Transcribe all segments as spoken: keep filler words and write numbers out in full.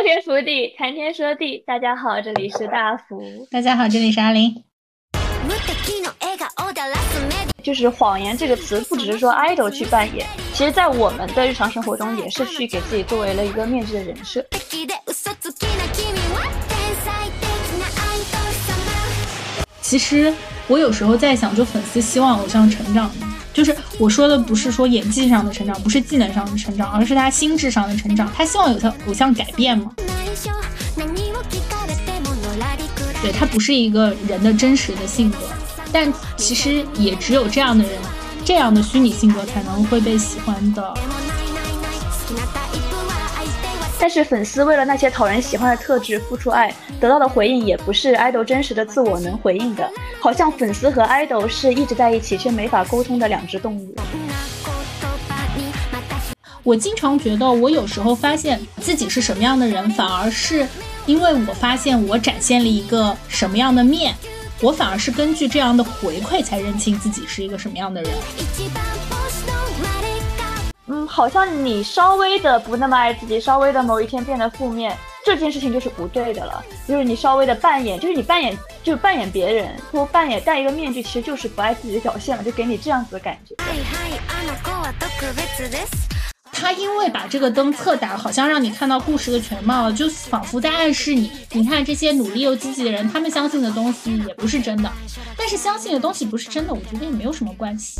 天福地，谈天说地。大家好，这里是大福。 大家好，这里是阿玲。 就是谎言这个词，不只是说 idol 去扮演，其实在我们的日常生活中，也是去给自己作为了一个面具的人设。 其实我有时候在想，就粉丝希望偶像成长，就是我说的不是说演技上的成长，不是技能上的成长，而是他心智上的成长。他希望有他偶像改变吗？对，他不是一个人的真实的性格，但其实也只有这样的人，这样的虚拟性格才能会被喜欢的。 但是粉丝为了那些讨人喜欢的特质付出爱，得到的回应也不是 idol 真实的自我能回应的，好像粉丝和 idol 是一直在一起却没法沟通的两只动物。 我经常觉得我有时候发现自己是什么样的人，反而是因为我发现我展现了一个什么样的面，我反而是根据这样的回馈才认清自己是一个什么样的人。 嗯，好像你稍微的不那么爱自己，稍微的某一天变得负面，这件事情就是不对的了。就是你稍微的扮演，就是你扮演，就是扮演别人，或扮演戴一个面具，其实就是不爱自己的表现了，就给你这样子的感觉。 他因为把这个灯侧打，好像让你看到故事的全貌，就仿佛在暗示你，你看这些努力又积极的人，他们相信的东西也不是真的。但是相信的东西不是真的，我觉得也没有什么关系。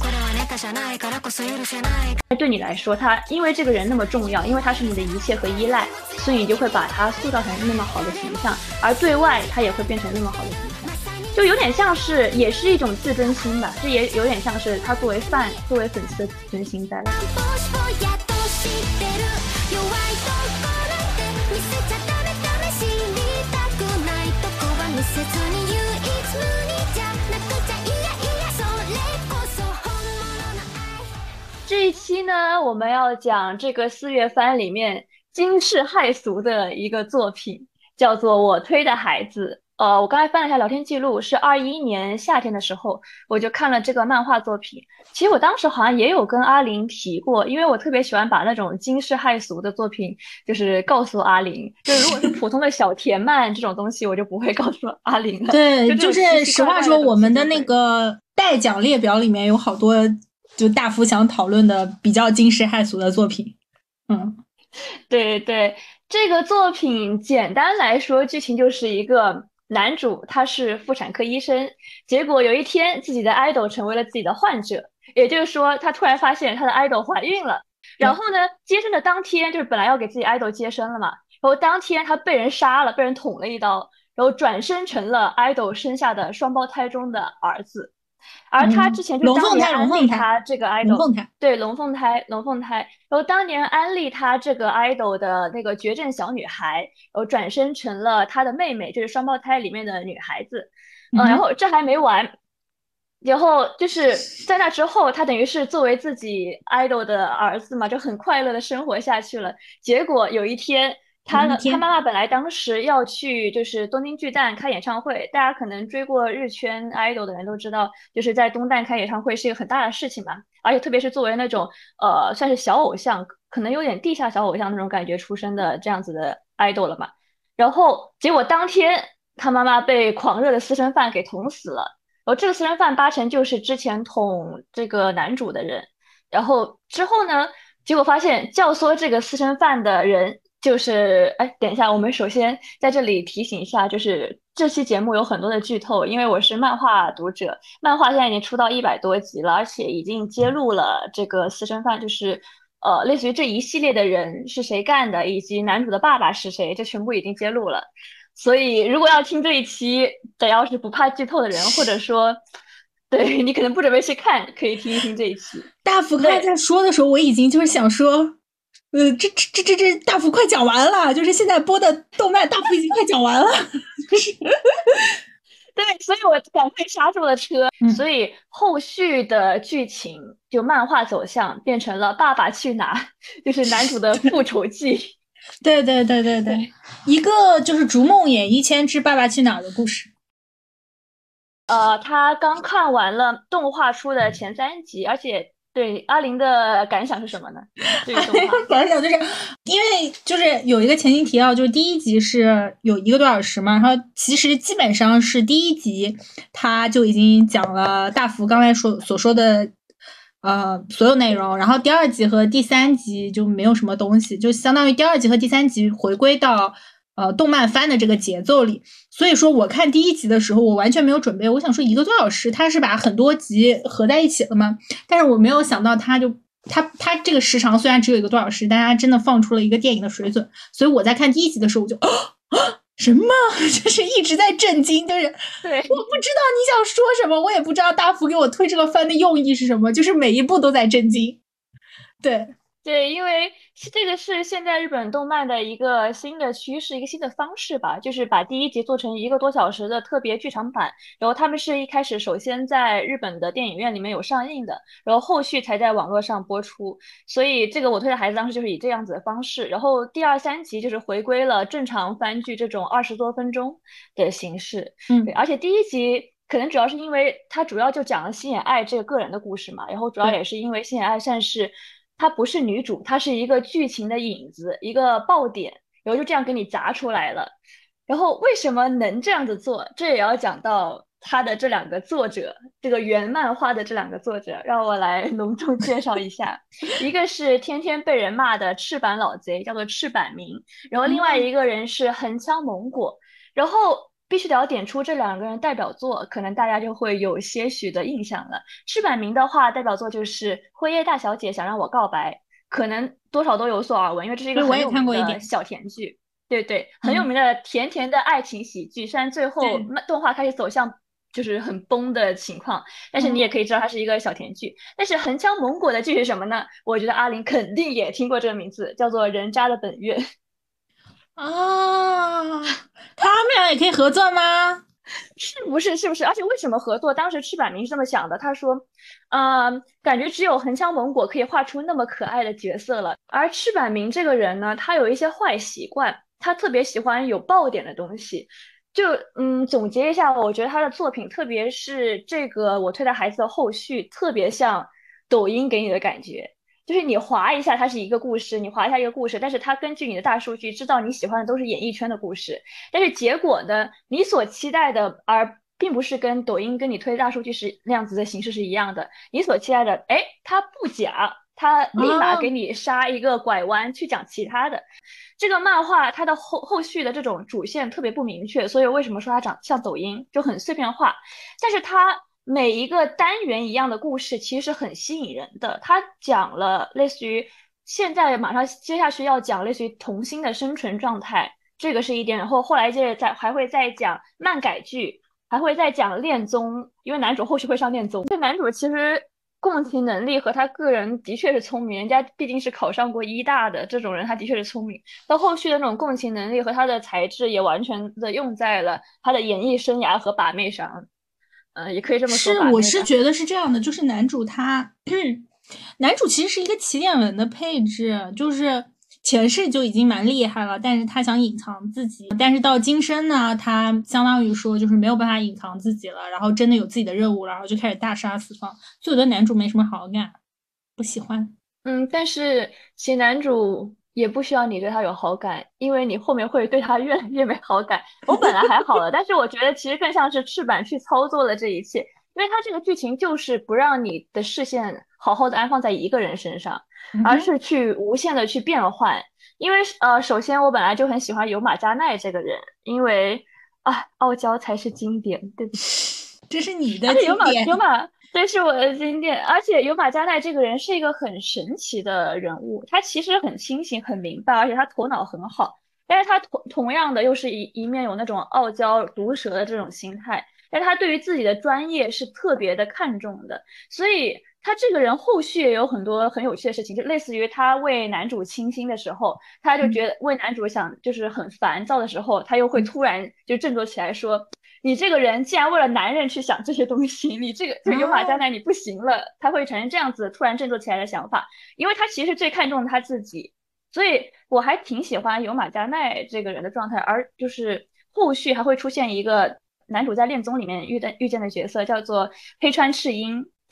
对你来说，他因为这个人那么重要，因为他是你的一切和依赖，所以你就会把他塑造成那么好的形象，而对外他也会变成那么好的形象，就有点像是，也是一种自尊心吧，这也有点像是他作为饭作为粉丝的自尊心在了。这一期呢，我们要讲这个四月番里面惊世骇俗的一个作品，叫做《我推的孩子》。呃，我刚才翻了一下聊天记录，是二一年夏天的时候，我就看了这个漫画作品。其实我当时好像也有跟阿玲提过，因为我特别喜欢把那种惊世骇俗的作品，就是告诉阿玲。就是如果是普通的小甜漫这种东西，我就不会告诉阿玲了。 对， 就就是实话说，我们的那个待奖列表里面有好多就大幅想讨论的比较惊世骇俗的作品。嗯， 对对，这个作品简单来说，剧情就是一个男主他是妇产科医生，结果有一天自己的 idol 成为了自己的患者，也就是说他突然发现他的 idol 怀孕了，然后呢接生的当天就是本来要给自己 idol 接生了嘛，然后当天他被人杀了，被人捅了一刀，然后转生成了 idol 生下的双胞胎中的儿子。而他之前就当年安利他这个 idol， 对，龙凤胎，龙凤胎，然后当年安利他这个 idol 的那个绝症小女孩，然后转生成了他的妹妹，就是双胞胎里面的女孩子，嗯、呃，然后这还没完，然后就是在那之后，他等于是作为自己 idol 的儿子嘛，就很快乐的生活下去了。结果有一天。他的他妈妈本来当时要去就是东京巨蛋开演唱会，大家可能追过日圈 idol 的人都知道，就是在东蛋开演唱会是一个很大的事情嘛，而且特别是作为那种呃算是小偶像，可能有点地下小偶像那种感觉出身的这样子的 idol 了嘛。然后结果当天他妈妈被狂热的私生饭给捅死了，然后这个私生饭八成就是之前捅这个男主的人，然后之后呢，结果发现教唆这个私生饭的人。就是，哎，等一下，我们首先在这里提醒一下，就是这期节目有很多的剧透，因为我是漫画读者，漫画现在已经出到一百多集了，而且已经揭露了这个私生饭，就是呃，类似于这一系列的人是谁干的，以及男主的爸爸是谁，这全部已经揭露了。所以，如果要听这一期的，要是不怕剧透的人，或者说，对你可能不准备去看，可以听一听这一期。 大福刚才在说的时候，我已经就是想说。呃，这这这这这大幅快讲完了，就是现在播的动漫大幅已经快讲完了，就是对，所以我赶快刹住了车、 嗯， 所以后续的剧情就漫画走向变成了《爸爸去哪》，就是男主的复仇记。 对对对对对，一个就是逐梦演一千只《爸爸去哪儿》的故事。 呃，他刚看完了动画出的前三集，而且对，阿林的感想是什么呢？对于动画， 感想就是因为就是有一个前情提要，就是第一集是有一个多小时嘛，然后其实基本上是第一集他就已经讲了大福刚才说所说的呃所有内容，然后第二集和第三集就没有什么东西，就相当于第二集和第三集回归到呃动漫番的这个节奏里。所以说我看第一集的时候我完全没有准备，我想说一个多小时他是把很多集合在一起了吗？但是我没有想到他就他他这个时长虽然只有一个多小时，但他真的放出了一个电影的水准。所以我在看第一集的时候我就什么就是一直在震惊，就是对， 我不知道你想说什么，我也不知道大福给我推这个番的用意是什么，就是每一步都在震惊。对对，因为是这个是现在日本动漫的一个新的趋势，一个新的方式吧，就是把第一集做成一个多小时的特别剧场版，然后他们是一开始首先在日本的电影院里面有上映的，然后后续才在网络上播出，所以这个我推的孩子当时就是以这样子的方式，然后第二三集就是回归了正常番剧这种二十多分钟的形式， 嗯对，而且第一集。可能主要是因为它主要就讲了星野爱这个个人的故事嘛，然后主要也是因为星野爱算是她不是女主，她是一个剧情的引子，一个爆点，然后就这样给你砸出来了。然后为什么能这样子做？这也要讲到他的这两个作者，这个原漫画的这两个作者，让我来隆重介绍一下。一个是天天被人骂的赤坂老贼，叫做赤坂明，然后另外一个人是横枪猛果，然后。必须得要点出这两个人代表作，可能大家就会有些许的印象了。赤坂明的话，代表作就是《辉夜大小姐想让我告白》，可能多少都有所耳闻，因为这是一个很有名的小甜剧。对对，很有名的甜甜的爱情喜剧，虽然最后动画开始走向就是很崩的情况，但是你也可以知道它是一个小甜剧。但是横枪猛果的剧是什么呢？我觉得阿林肯定也听过这个名字，叫做《人渣的本愿》。 啊，他们俩也可以合作吗？ 是不是？是不是？而且为什么合作？当时赤坂明是这么想的，他说，嗯、呃，感觉只有横枪猛果可以画出那么可爱的角色了。而赤坂明这个人呢，他有一些坏习惯，他特别喜欢有爆点的东西。就嗯，总结一下，我觉得他的作品，特别是这个我推的孩子的后续，特别像抖音给你的感觉。就是你划一下，它是一个故事，你划一下一个故事，但是它根据你的大数据知道你喜欢的都是演艺圈的故事，但是结果呢，你所期待的，而并不是跟抖音跟你推大数据是那样子的形式是一样的。你所期待的，哎，它不假，它立马给你杀一个拐弯去讲其他的。这个漫画它的后后续的这种主线特别不明确，所以为什么说它长像抖音，就很碎片化，但是它。每一个单元一样的故事其实是很吸引人的。它讲了类似于现在马上接下去要讲类似于童星的生存状态，这个是一点。然后后来接着再还会再讲漫改剧，还会再讲恋综，因为男主后续会上恋综。这男主其实共情能力和他个人的确是聪明，人家毕竟是考上过医大的这种人，他的确是聪明。到后续的那种共情能力和他的才智也完全的用在了他的演艺生涯和把妹上。嗯、呃，也可以这么说。 是，我是觉得是这样的，就是男主他，男主其实是一个起点文的配置，就是前世就已经蛮厉害了，但是他想隐藏自己，但是到今生呢，他相当于说就是没有办法隐藏自己了，然后真的有自己的任务了，然后就开始大杀四方，所以我对男主没什么好感，不喜欢。 嗯，但是其实男主也不需要你对他有好感，因为你后面会对他越来越没好感。我本来还好了，但是我觉得其实更像是赤坂去操作了这一切，因为他这个剧情就是不让你的视线好好的安放在一个人身上，而是去无限的去变换。因为呃，首先我本来就很喜欢有马加奈这个人，因为啊，傲娇才是经典，对不起， 这是你的而且有马经典。 有马。这是我的经典，而且有马加奈这个人是一个很神奇的人物，他其实很清醒、很明白，而且他头脑很好，但是他同同样的又是一一面有那种傲娇毒舌的这种心态，但是他对于自己的专业是特别的看重的，所以他这个人后续也有很多很有趣的事情，就类似于他为男主倾心的时候，他就觉得为男主想就是很烦躁的时候，他又会突然就振作起来说。你这个人既然为了男人去想这些东西，你这个就有马加奈你不行了，他会产生这样子突然振作起来的想法，因为他其实最看重他自己，所以我还挺喜欢有马加奈这个人的状态，而就是后续还会出现一个男主在恋综里面遇的遇见的角色，叫做黑川赤音。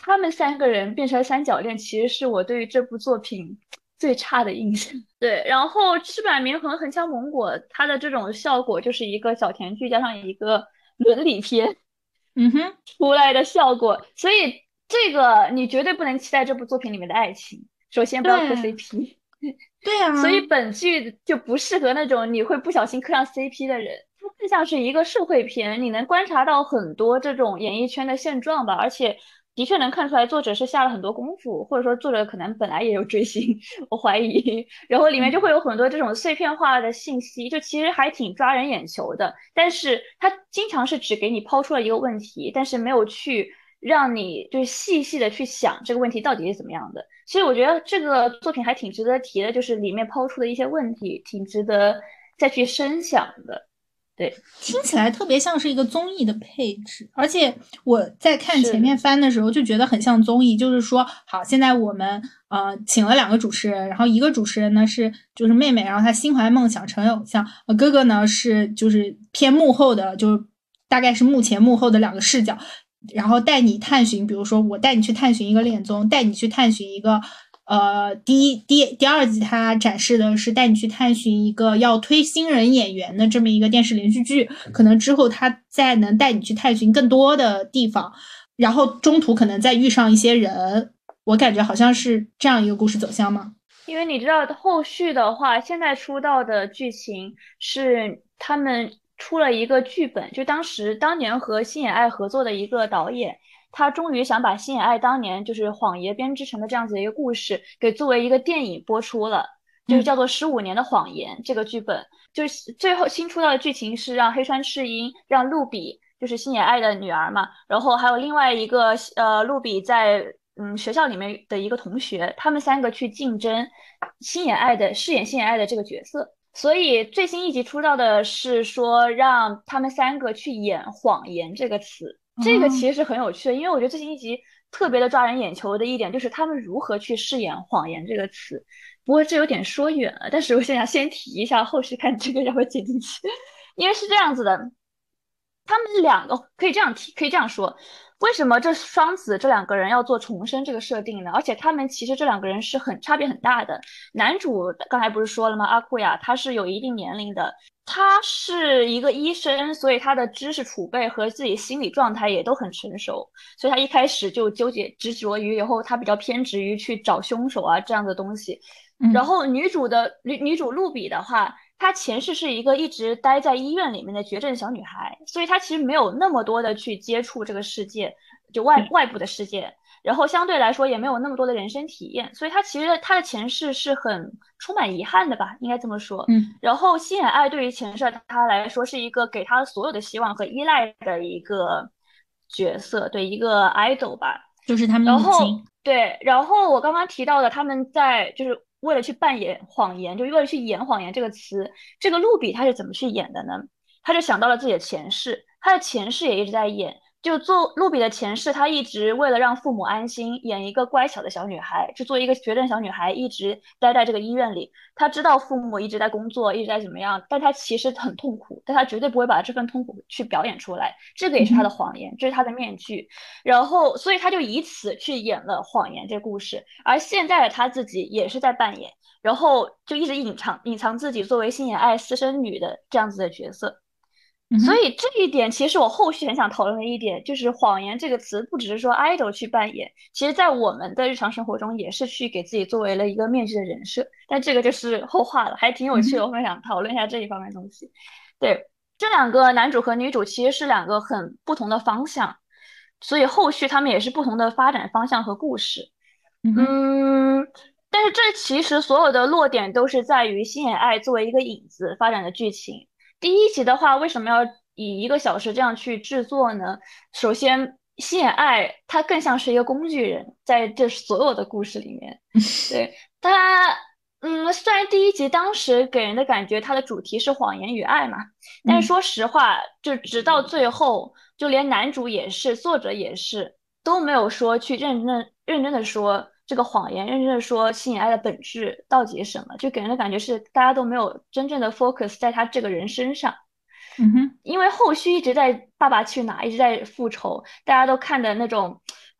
他们三个人变成三角恋，其实是我对于这部作品最差的印象。对，然后赤坂明和横枪芒果，它的这种效果就是一个小甜剧加上一个伦理片嗯哼， 出来的效果，所以这个你绝对不能期待这部作品里面的爱情。首先不要磕对 C P， 对啊， 所以本剧就不适合那种你会不小心磕上 C P 的人。它更像是一个社会片，你能观察到很多这种演艺圈的现状吧，而且的确能看出来作者是下了很多功夫，或者说作者可能本来也有追星，我怀疑。然后里面就会有很多这种碎片化的信息，就其实还挺抓人眼球的。但是它经常是只给你抛出了一个问题，但是没有去让你就是细细的去想这个问题到底是怎么样的。所以我觉得这个作品还挺值得提的，就是里面抛出的一些问题，挺值得再去深想的。对， 听起来特别像是一个综艺的配置，而且我在看前面是的， 翻的时候就觉得很像综艺，就是说，好，现在我们呃请了两个主持人，然后一个主持人呢是就是妹妹，然后她心怀梦想成为偶像，呃哥哥呢是就是偏幕后的，就是大概是幕前幕后的两个视角，然后带你探寻，比如说我带你去探寻一个恋综，带你去探寻一个。呃，第一、第第二季它展示的是带你去探寻一个要推新人演员的这么一个电视连续剧，可能之后它再能带你去探寻更多的地方，然后中途可能再遇上一些人，我感觉好像是这样一个故事走向吗？ 因为你知道后续的话，现在出道的剧情是他们出了一个剧本，就当时当年和星野爱合作的一个导演，他终于想把星野爱当年就是谎爷编织成的这样子的一个故事，给作为一个电影播出了，就是嗯叫做《十五年的谎言》这个剧本，就是最后新出道的剧情是让黑川赤音让露比。就是星野爱的女儿嘛，然后还有另外一个呃，露比在嗯学校里面的一个同学，他们三个去竞争星野爱的饰演星野爱的这个角色。所以最新一集出道的是说让他们三个去演谎言这个词，这个哦， 其实是很有趣的，因为我觉得最新一集特别的抓人眼球的一点就是他们如何去饰演谎言这个词。不过这有点说远了，但是我想先提一下，后续看这个要不要剪进去。因为是这样子的，他们两个可以这样提，可以这样说，为什么这双子这两个人要做重生这个设定呢？而且他们其实这两个人是很差别很大的。男主刚才不是说了吗？阿库亚他是有一定年龄的，他是一个医生，所以他的知识储备和自己心理状态也都很成熟，所以他一开始就纠结执着于以后他比较偏执于去找凶手啊这样的东西。然嗯后女主的女女主露比的话，她前世是一个一直待在医院里面的绝症小女孩，所以她其实没有那么多的去接触这个世界，就外对， 外部的世界，然后相对来说也没有那么多的人生体验，所以她其实她的前世是很充满遗憾的吧，应该这么说。 嗯， 然后星野爱对于前世的她来说是一个给她所有的希望和依赖的一个角色，对一个 idol 吧。 就是他们的然后母亲。 对，然后我刚刚提到的，他们在就是为了去扮演谎言，就为了去演谎言这个词，这个露比他是怎么去演的呢？他就想到了自己的前世，他的前世也一直在演。就做露比的前世，她一直为了让父母安心，演一个乖巧的小女孩，就做一个绝症小女孩，一直待在这个医院里。她知道父母一直在工作，一直在怎么样，但她其实很痛苦，但她绝对不会把这份痛苦去表演出来。这个也是她的嗯哼， 谎言，这是她的面具。然后，所以他就以此去演了谎言这个故事，而现在的他自己也是在扮演，然后就一直隐藏隐藏自己作为星野爱私生女的这样子的角色。 嗯哼， 所以这一点其实我后续很想讨论的一点，就是谎言这个词不只是说 idol 去扮演，其实在我们的日常生活中也是去给自己作为了一个面具的人设。但这个就是后话了，还挺有趣的， 嗯哼， 我很想讨论一下这一方面的东西。对，这两个男主和女主其实是两个很不同的方向，所以后续他们也是不同的发展方向和故事。 嗯哼， 嗯，但是这其实所有的落点都是在于星野爱作为一个引子发展的剧情。第一集的话，为什么要以一个小时这样去制作呢？首先，星野爱它更像是一个工具人，在这所有的故事里面。对，他，嗯，虽然第一集当时给人的感觉它的主题是谎言与爱嘛，但是嗯说实话，就直到最后，就连男主也是，作者也是都没有说去认真认真的说这个谎言，认真的说吸引爱的本质到底是什么，就给人的感觉是大家都没有真正的 focus 在他这个人身上。 嗯哼， 因为后续一直在《爸爸去哪儿》，一直在复仇，大家都看的那种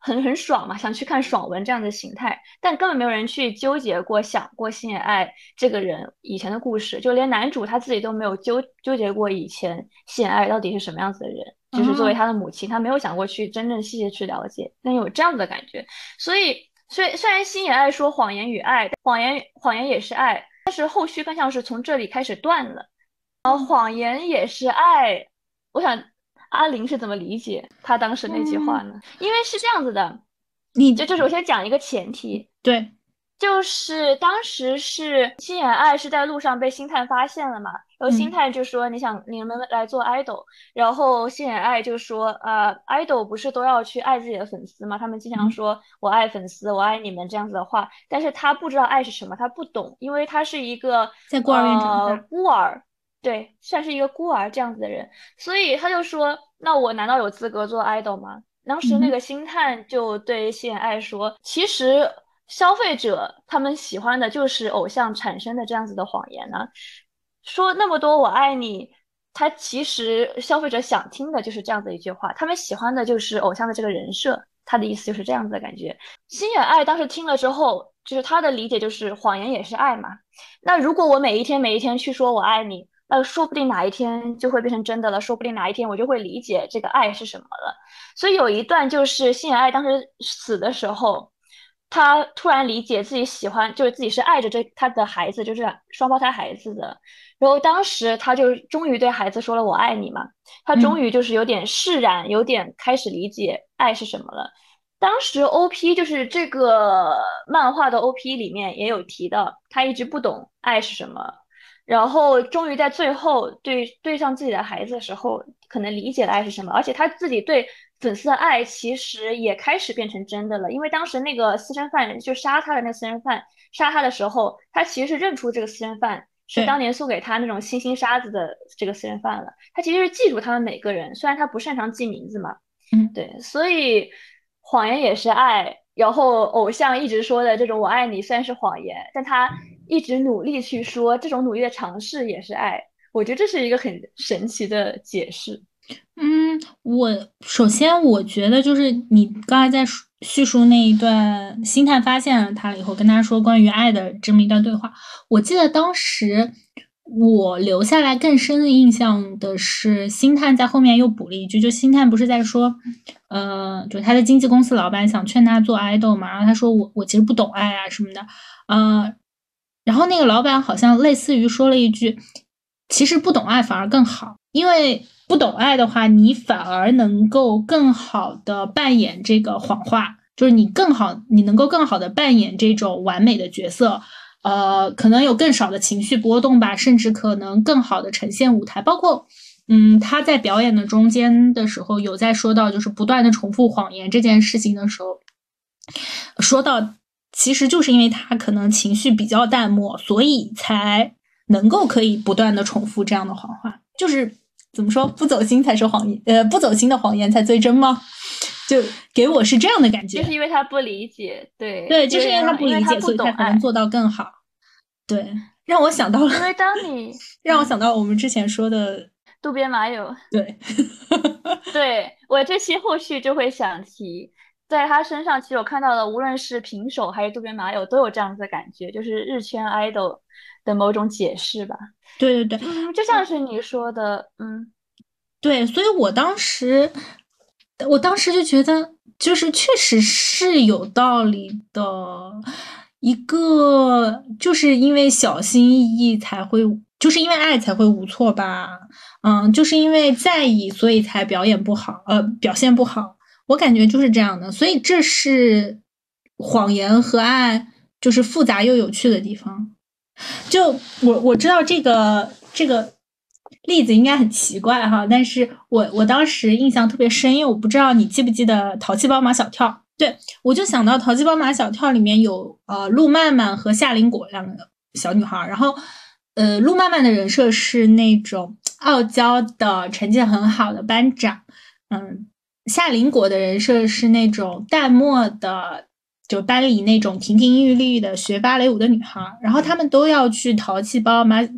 很很爽嘛，想去看爽文这样的形态，但根本没有人去纠结过、想过星野爱这个人以前的故事，就连男主他自己都没有纠纠结过以前星野爱到底是什么样子的人，就是作为哦， 他的母亲，他没有想过去真正细细去了解，但有这样子的感觉，所以虽虽然星野爱说谎言与爱，谎言谎言也是爱，但是后续更像是从这里开始断了。然后谎言也是爱，我想阿玲是怎么理解他当时那句话嗯， 呢？因为是这样子的，就你就是我先讲一个前提， 对， 就是当时是星野爱是在路上被星探发现了嘛，然后星嗯探就说你想你们来做 idol，然后星野爱就说呃 idol 不是都要去爱自己的粉丝吗？他们经常嗯， 说我爱粉丝，我爱你们这样子的话，但是他不知道爱是什么，他不懂，因为他是一个在孤儿院长呃大， 孤儿。对，算是一个孤儿这样子的人，所以他就说：“那我难道有资格做 idol 吗？”当时那嗯哼， 个星探就对星野爱说：“其实消费者他们喜欢的就是偶像产生的这样子的谎言呢、说那么多我爱你，他其实消费者想听的就是这样子一句话，他们喜欢的就是偶像的这个人设。”他的意思就是这样子的感觉。星野爱当时听了之后，就是他的理解就是谎言也是爱嘛。那如果我每一天每一天去说我爱你，那说不定哪一天就会变成真的了，说不定哪一天我就会理解这个爱是什么了。所以有一段就是星野爱当时死的时候，他突然理解自己喜欢，就是自己是爱着这他的孩子，就是双胞胎孩子的。然后当时他就终于对孩子说了“我爱你”嘛，他终嗯于就是有点释然，有点开始理解爱是什么了。当时 O P 就是这个漫画的 O P 里面也有提到，他一直不懂爱是什么，然后终于在最后对对上自己的孩子的时候，可能理解了爱是什么，而且他自己对粉丝的爱其实也开始变成真的了，因为当时那个私生饭就杀他的那个私生饭杀他的时候，他其实是认出这个私生饭是当对， 年送给他那种星星沙子的这个私生饭了，他其实是记住他们每个人，虽然他不擅长记名字嘛。 嗯。 对，所以谎言也是爱。然后偶像一直说的这种“我爱你”虽然是谎言，但他一直努力去说，这种努力的尝试也是爱。我觉得这是一个很神奇的解释。 嗯，我首先我觉得就是你刚才在述叙述那一段，星探发现了他了以后，跟他说关于爱的这么一段对话，我记得当时我留下来更深的印象的是，星探在后面又补了一句，就星探不是在说，呃，就他的经纪公司老板想劝他做 idol 嘛，然后他说我我其实不懂爱啊什么的，呃，然后那个老板好像类似于说了一句，其实不懂爱反而更好，因为不懂爱的话，你反而能够更好的扮演这个谎话，就是你更好，你能够更好的扮演这种完美的角色，呃，可能有更少的情绪波动吧，甚至可能更好的呈现舞台，包括。嗯，他在表演的中间的时候，有在说到就是不断的重复谎言这件事情的时候，说到其实就是因为他可能情绪比较淡漠，所以才能够可以不断的重复这样的谎话，就是怎么说，不走心才是谎言，呃，不走心的谎言才最真吗？就给我是这样的感觉。 就是因为他不理解，对， 对，就是因为他不理解， 因为他不所以懂爱。 他才能做到更好。对，让我想到了， 因为当你， 让我想到我们之前说的， 渡边麻友， 对， 对，我这期后续就会想提，在他身上，其实我看到的，无论是平手还是渡边麻友，都有这样子的感觉，就是日圈 idol 的某种解释吧。 对对对， 嗯，就像是你说的，嗯， 对，所以我当时，我当时就觉得，就是确实是有道理的。一个就是因为小心翼翼才会，就是因为爱才会无措吧。嗯，就是因为在意，所以才表演不好，呃，表现不好。我感觉就是这样的，所以这是谎言和爱就是复杂又有趣的地方。就我我知道这个这个例子应该很奇怪哈，但是我我当时印象特别深，因为我不知道你记不记得淘气包马小跳，对我就想到淘气包马小跳里面有呃陆曼曼和夏林果两个小女孩，然后呃陆曼曼的人设是那种傲娇的成绩很好的班长，嗯，夏林果的人设是那种淡漠的。就班里那种亭亭玉立的学芭蕾舞的女孩，然后她们都要去淘气包马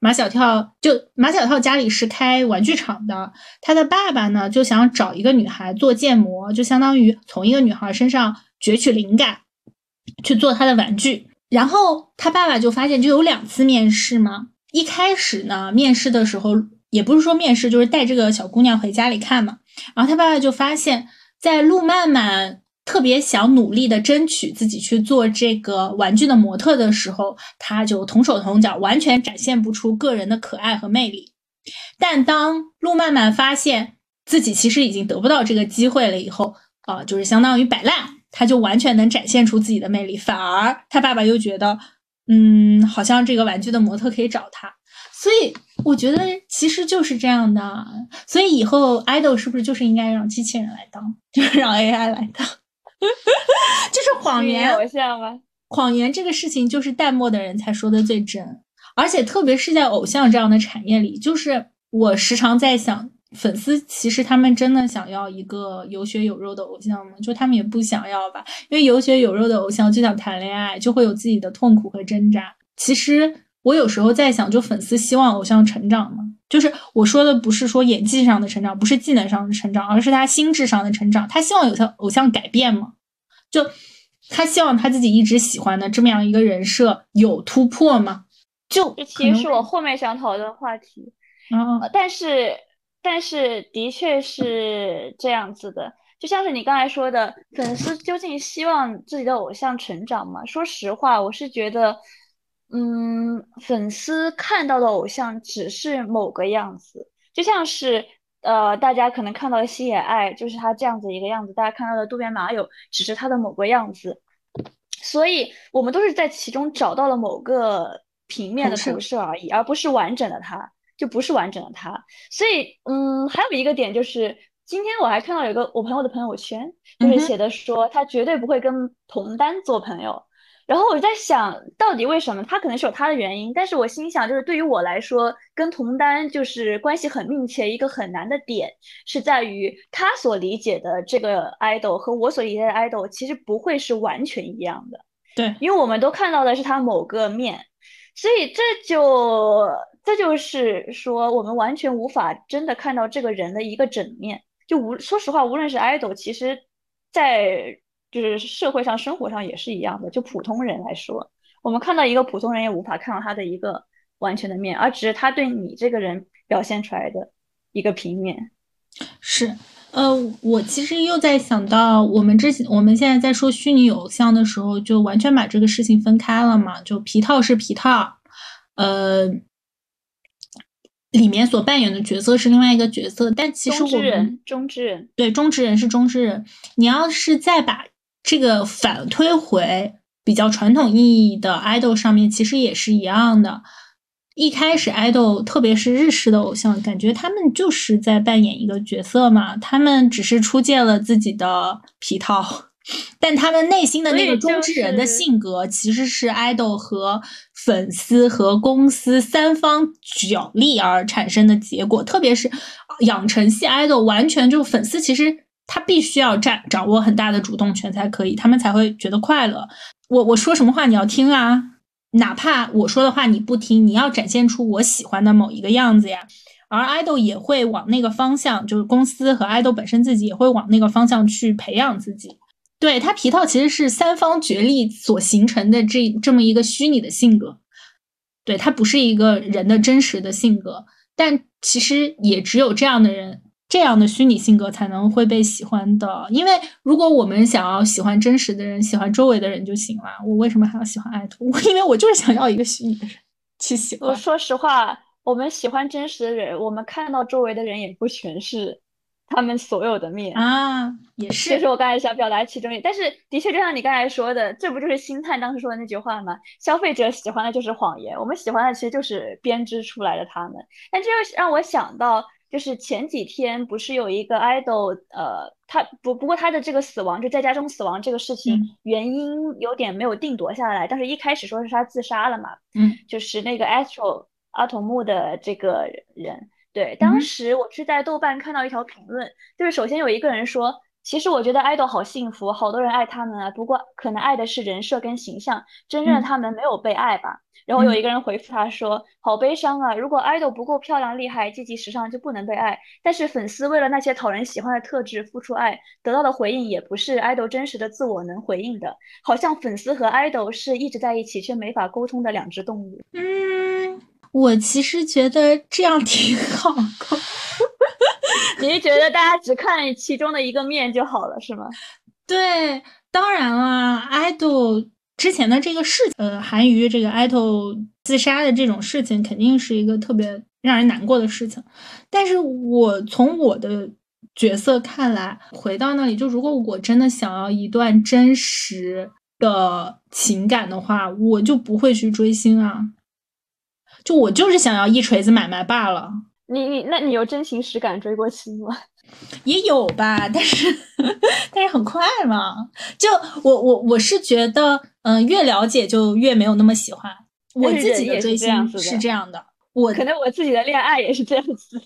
马小跳就马小跳家里是开玩具厂的，他的爸爸呢就想找一个女孩做建模，就相当于从一个女孩身上攫取灵感去做他的玩具。然后他爸爸就发现就有两次面试嘛，一开始呢面试的时候也不是说面试，就是带这个小姑娘回家里看嘛，然后他爸爸就发现在陆漫漫特别想努力的争取自己去做这个玩具的模特的时候，他就同手同脚，完全展现不出个人的可爱和魅力。但当陆漫漫发现自己其实已经得不到这个机会了以后，呃，就是相当于摆烂，他就完全能展现出自己的魅力，反而他爸爸又觉得嗯，好像这个玩具的模特可以找他。所以我觉得其实就是这样的，所以以后 idol 是不是就是应该让机器人来当，就是让 A I 来当就是谎言偶像吗？ 谎言这个事情就是淡漠的人才说的最真，而且特别是在偶像这样的产业里，就是我时常在想，粉丝其实他们真的想要一个有血有肉的偶像吗？就他们也不想要吧，因为有血有肉的偶像就想谈恋爱，就会有自己的痛苦和挣扎。其实我有时候在想，就粉丝希望偶像成长吗？就是我说的不是说演技上的成长，不是技能上的成长，而是他心智上的成长。他希望有偶像改变吗？就他希望他自己一直喜欢的这么样一个人设有突破吗？就这其实是我后面想讨论的话题。 哦、 呃，但是但是的确是这样子的，就像是你刚才说的，粉丝究竟希望自己的偶像成长吗？说实话，我是觉得，嗯，粉丝看到的偶像只是某个样子，就像是呃，大家可能看到的西野爱就是他这样子一个样子，大家看到的渡边麻友只是他的某个样子，所以我们都是在其中找到了某个平面的投射而已，而不是完整的他。就不是完整的他。所以，嗯，还有一个点就是，今天我还看到有个我朋友的朋友圈，就是写的说他绝对不会跟童丹做朋友。然后我就在想，到底为什么？他可能是有他的原因，但是我心想，就是对于我来说，跟童丹就是关系很密切，一个很难的点是在于他所理解的这个 idol 和我所理解的 idol 其实不会是完全一样的。 对， 因为我们都看到的是他某个面，所以这就这就是说，我们完全无法真的看到这个人的一个整面。就无说实话，无论是 idol，其实，在就是社会上、生活上也是一样的。就普通人来说，我们看到一个普通人，也无法看到他的一个完全的面，而只是他对你这个人表现出来的一个平面。 是。呃，我其实又在想到，我们之前我们现在在说虚拟偶像的时候，就完全把这个事情分开了嘛。就皮套是皮套，呃，里面所扮演的角色是另外一个角色，但其实我们中之人，中之人， 对，中之人是中之人。你要是再把这个反推回比较传统意义的 idol 上面，其实也是一样的。一开始 idol 特别是日式的偶像，感觉他们就是在扮演一个角色嘛，他们只是出借了自己的皮套，但他们内心的那个中之人的性格，其实是 idol 和粉丝和公司三方角力而产生的结果。特别是养成系 idol， 完全就粉丝其实他必须要占掌握很大的主动权才可以，他们才会觉得快乐。我我说什么话你要听啊，哪怕我说的话你不听，你要展现出我喜欢的某一个样子呀。而 idol 也会往那个方向，就是公司和 idol 本身自己也会往那个方向去培养自己。对，它皮套其实是三方角力所形成的这这么一个虚拟的性格，对，它不是一个人的真实的性格，但其实也只有这样的人，这样的虚拟性格才能会被喜欢的。因为如果我们想要喜欢真实的人，喜欢周围的人就行了，我为什么还要喜欢爱徒？因为我就是想要一个虚拟的人去喜欢。 我说实话，我们喜欢真实的人，我们看到周围的人也不全是他们所有的面啊，也是。 这是我刚才想表达其中一，但是的确就像你刚才说的，这不就是星探当时说的那句话吗？消费者喜欢的就是谎言，我们喜欢的其实就是编织出来的他们。但这又让我想到，就是前几天不是有一个 idol，呃，他不不过他的这个死亡就在家中死亡这个事情、 嗯、 原因有点没有定夺下来，但是一开始说是他自杀了嘛， 嗯， 就是那个 Astro 阿童木的这个人。对， 嗯、 当时我是在豆瓣看到一条评论，就是首先有一个人说， 其实我觉得爱豆好幸福，好多人爱他们啊。不过可能爱的是人设跟形象，真正的嗯他们没有被爱吧。然后有嗯。 一个人回复他说：“好悲伤啊！如果爱豆不够漂亮、厉害、积极、时尚，就不能被爱。但是粉丝为了那些讨人喜欢的特质付出爱，得到的回应也不是爱豆真实的自我能回应的。好像粉丝和爱豆是一直在一起却没法沟通的两只动物。” 嗯，我其实觉得这样挺好的。 你是觉得大家只看其中的一个面就好了，是吗？ 对，当然了，idol 之前的这个事情，呃，韩娱这个 idol 自杀的这种事情，肯定是一个特别让人难过的事情。但是我从我的角色看来，回到那里，就如果我真的想要一段真实的情感的话，我就不会去追星啊。就我就是想要一锤子买卖罢了。 你你那你有真情实感追过星吗？ 也有吧，但是但是很快嘛。就我我我是觉得，嗯、呃，越了解就越没有那么喜欢。我自己的追星是这样的，我可能我自己的恋爱也是这样子。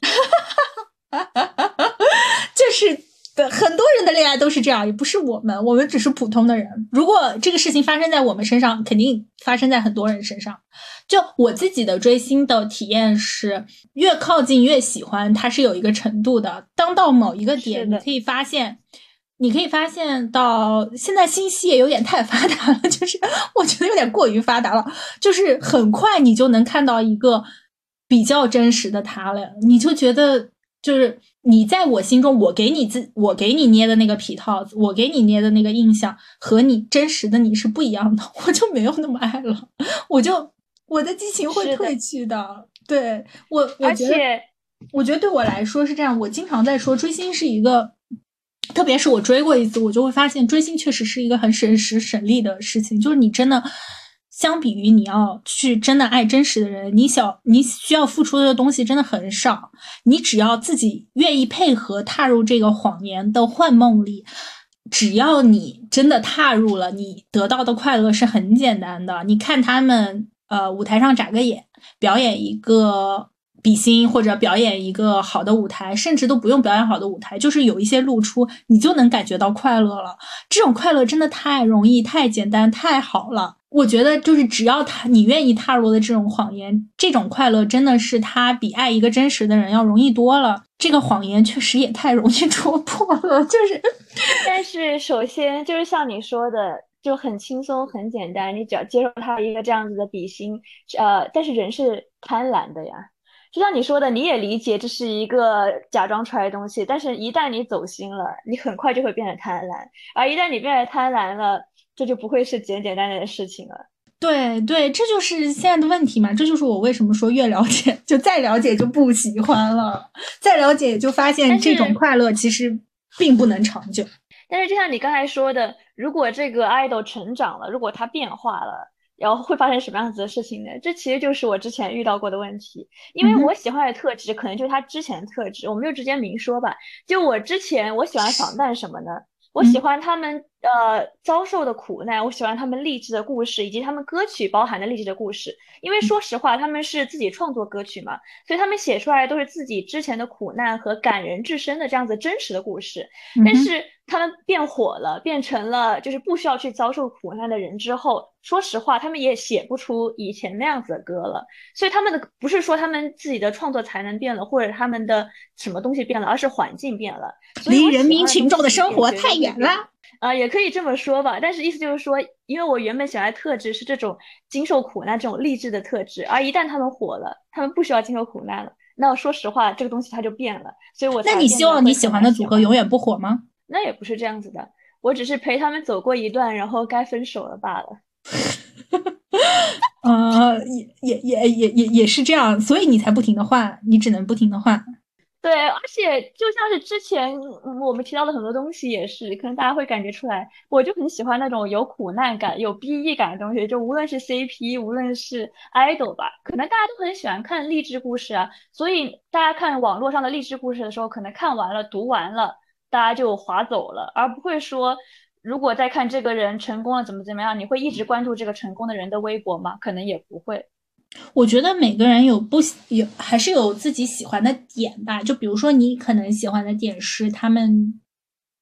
就是的，很多人的恋爱都是这样，也不是我们，我们只是普通的人。如果这个事情发生在我们身上，肯定发生在很多人身上。就我自己的追星的体验是，越靠近越喜欢，它是有一个程度的。当到某一个点，你可以发现，你可以发现到现在信息也有点太发达了，就是我觉得有点过于发达了，就是很快你就能看到一个比较真实的他了，你就觉得就是你在我心中，我给你自我给你捏的那个皮套子，我给你捏的那个印象和你真实的你是不一样的，我就没有那么爱了，我就。我的激情会褪去的，的对我，我觉得，我觉得对我来说是这样。我经常在说，追星是一个，特别是我追过一次，我就会发现，追星确实是一个很省时省力的事情。就是你真的，相比于你要去真的爱真实的人，你小你需要付出的东西真的很少。你只要自己愿意配合，踏入这个谎言的幻梦里。只要你真的踏入了，你得到的快乐是很简单的。你看他们。呃，舞台上眨个眼，表演一个比心或者表演一个好的舞台，甚至都不用表演好的舞台，就是有一些露出，你就能感觉到快乐了。这种快乐真的太容易、太简单、太好了。我觉得就是只要他你愿意踏入的这种谎言，这种快乐真的是他比爱一个真实的人要容易多了。这个谎言确实也太容易戳破了，就是。 但是首先就是像你说的。就很轻松很简单，你只要接受他一个这样子的比心，呃，但是人是贪婪的呀，就像你说的，你也理解这是一个假装出来的东西，但是一旦你走心了，你很快就会变得贪婪，而一旦你变得贪婪了，这就不会是简简单单的事情了。 对对，这就是现在的问题嘛，这就是我为什么说越了解就再了解就不喜欢了，再了解就发现这种快乐其实并不能长久。 但是就像你刚才说的，如果这个 idol 成长了，如果他变化了，然后会发生什么样子的事情呢？这其实就是我之前遇到过的问题，因为我喜欢的特质可能就是他之前的特质，我们就直接明说吧。就我之前我喜欢防弹什么呢？我喜欢他们呃遭受的苦难，我喜欢他们励志的故事，以及他们歌曲包含的励志的故事。因为说实话，他们是自己创作歌曲嘛，所以他们写出来都是自己之前的苦难和感人至深的这样子真实的故事。但是他们变火了，变成了就是不需要去遭受苦难的人之后，说实话，他们也写不出以前那样子的歌了。所以他们的不是说他们自己的创作才能变了，或者他们的什么东西变了，而是环境变了。 离人民群众的生活太远了。 啊、呃，也可以这么说吧。但是意思就是说，因为我原本喜欢的特质是这种经受苦难、这种励志的特质，而一旦他们火了，他们不需要经受苦难了。那说实话，这个东西它就变了。所以我才那你希望你喜欢的组合永远不火吗？ 那也不是这样子的，我只是陪他们走过一段，然后该分手了罢了。 呃，也也也也也也是这样，所以你才不停的换，你只能不停的换。 对，而且就像是之前我们提到的很多东西也是，可能大家会感觉出来，我就很喜欢那种有苦难感、有 B E 感的东西，就无论是 C P，无论是 idol 吧，可能大家都很喜欢看励志故事啊，所以大家看网络上的励志故事的时候，可能看完了、读完了。大家就划走了，而不会说，如果再看这个人成功了怎么怎么样，你会一直关注这个成功的人的微博吗？可能也不会。 我觉得每个人有不有还是有自己喜欢的点吧，就比如说你可能喜欢的点是他们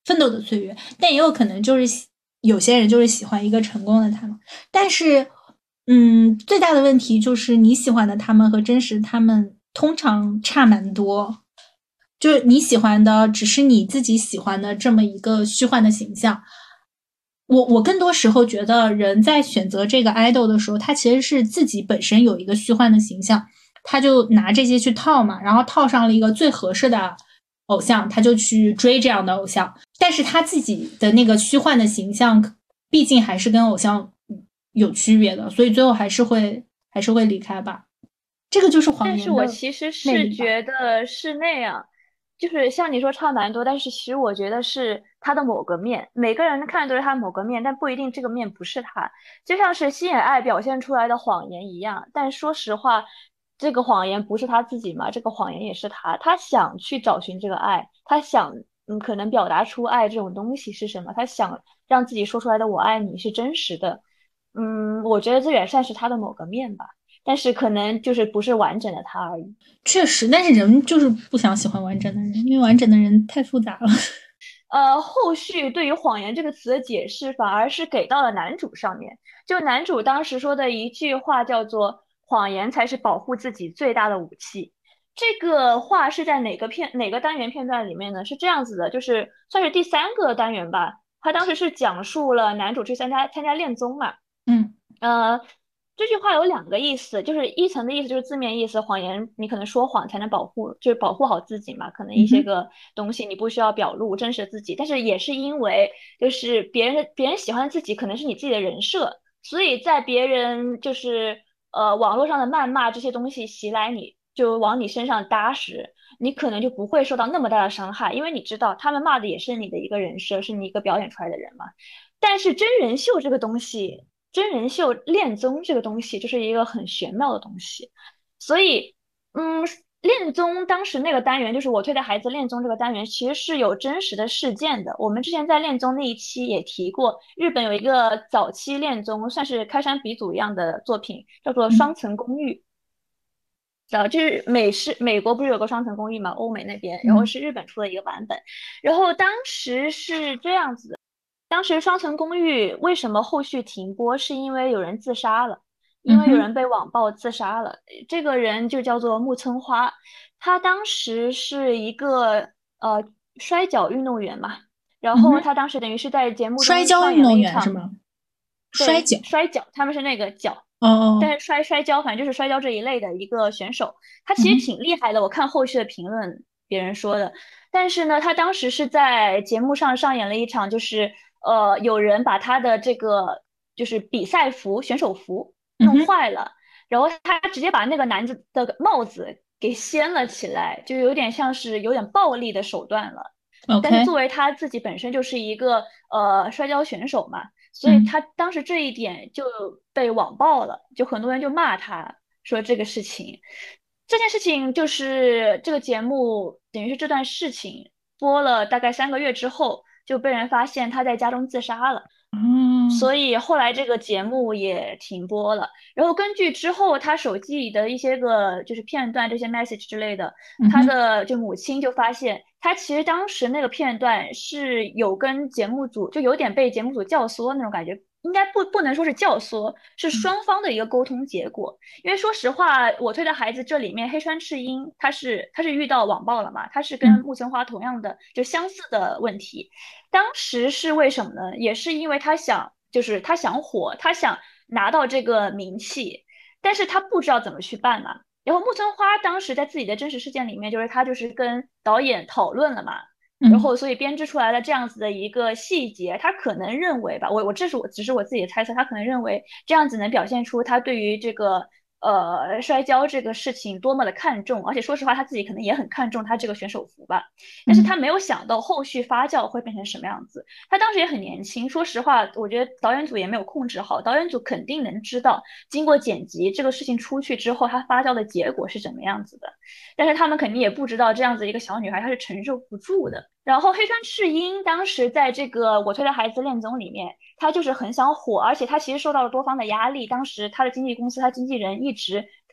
奋斗的岁月，但也有可能就是有些人就是喜欢一个成功的他们。但是嗯，最大的问题就是你喜欢的他们和真实他们通常差蛮多，就是你喜欢的只是你自己喜欢的这么一个虚幻的形象。我我更多时候觉得人在选择这个 idol 的时候，他其实是自己本身有一个虚幻的形象，他就拿这些去套嘛，然后套上了一个最合适的偶像，他就去追这样的偶像。但是他自己的那个虚幻的形象毕竟还是跟偶像有区别的，所以最后还是会还是会离开吧。这个就是谎但是言的我其实是魅力吧。 觉得是那样，就是像你说差蛮多，但是其实我觉得是他的某个面，每个人看的都是他某个面，但不一定这个面不是他，就像是星野爱表现出来的谎言一样。但说实话，这个谎言不是他自己嘛，这个谎言也是他，他想去找寻这个爱，他想嗯，可能表达出爱这种东西是什么，他想让自己说出来的"我爱你"是真实的。嗯，我觉得这也算是他的某个面吧。但是可能就是不是完整的他而已。 确实，但是人就是不想喜欢完整的人，因为完整的人太复杂了。 呃，后续对于"谎言"这个词的解释反而是给到了男主上面。就男主当时说的一句话叫做"谎言才是保护自己最大的武器"。这个话是在哪个片哪个单元片段里面呢？是这样子的，就是算是第三个单元吧。他当时是讲述了男主去参加参加恋综嘛。 嗯呃，这句话有两个意思，就是一层的意思就是字面意思，谎言你可能说谎才能保护，就是保护好自己嘛，可能一嗯哼些个东西你不需要表露真实的自己，但是也是因为就是别人别人喜欢自己，可能是你自己的人设，所以在别人就是呃网络上的谩骂这些东西袭来你，就往你身上搭时，你可能就不会受到那么大的伤害，因为你知道他们骂的也是你的一个人设，是你一个表演出来的人嘛。但是真人秀这个东西，真人秀恋综这个东西就是一个很玄妙的东西，所以，嗯，恋综当时那个单元就是我推的孩子恋综这个单元，其实是有真实的事件的。我们之前在恋综那一期也提过，日本有一个早期恋综，算是开山鼻祖一样的作品，叫做嗯 《双层公寓》。啊，就是美式美国不是有个双层公寓嘛，欧美那边，然后嗯是日本出的一个版本，然后当时是这样子的。当时双层公寓为什么后续停播？是因为有人自杀了，因嗯哼为有人被网暴自杀了。这个人就叫做木村花，他当时是一个呃摔跤运动员嘛，然后嗯哼， 他当时等于是在节目摔中上演跤运动了一场， 员是吗？摔对， 跤。 摔跤，他们是那个跤。 哦哦。 但是摔摔跤，反正就是摔跤这一类的一个选手，他其实嗯哼挺厉害的。我看后续的评论，别人说的。但是呢，他当时是在节目上上演了一场，就是呃，有人把他的这个就是比赛服、选手服弄嗯哼坏了，然后他直接把那个男子的帽子给掀了起来，就有点像是有点暴力的手段了。但是作 ，OK。 为他自己本身就是一个呃摔跤选手嘛。所以嗯他当时这一点就被网暴了，就很多人就骂他说这个事情，这件事情就是这个节目等于是这段事情播了大概三个月之后，就被人发现他在家中自杀了。 哦。 所以后来这个节目也停播了。然后根据之后他手机里的一些个就是片段，这些 message 之类的，他嗯哼。 的就母亲就发现，他其实当时那个片段是有跟节目组就有点被节目组教唆那种感觉。应该不不能说是教唆，是双方的一个沟通结果。因为说实话，我推的孩子这里面黑川赤音他是他是遇到网暴了嘛，他是跟嗯木村花同样的就相似的问题。当时是为什么呢？也是因为他想，就是他想火，他想拿到这个名气，但是他不知道怎么去办嘛。然后木村花当时在自己的真实事件里面，就是他就是跟导演讨论了嘛，然嗯后所以编织出来了这样子的一个细节。他可能认为吧，我我这是我只是我自己的猜测，他可能认为这样子能表现出他对于这个呃摔跤这个事情多么的看重，而且说实话他自己可能也很看重他这个选手服吧。但是他嗯没有想到后续发酵会变成什么样子。他当时也很年轻，说实话，我觉得导演组也没有控制好，导演组肯定能知道，经过剪辑这个事情出去之后，它发酵的结果是怎么样子的。但是他们肯定也不知道这样子一个小女孩她是承受不住的。然后黑川赤音当时在这个我推的孩子恋综里面，他就是很想火，而且他其实受到了多方的压力。当时他的经纪公司、他经纪人一直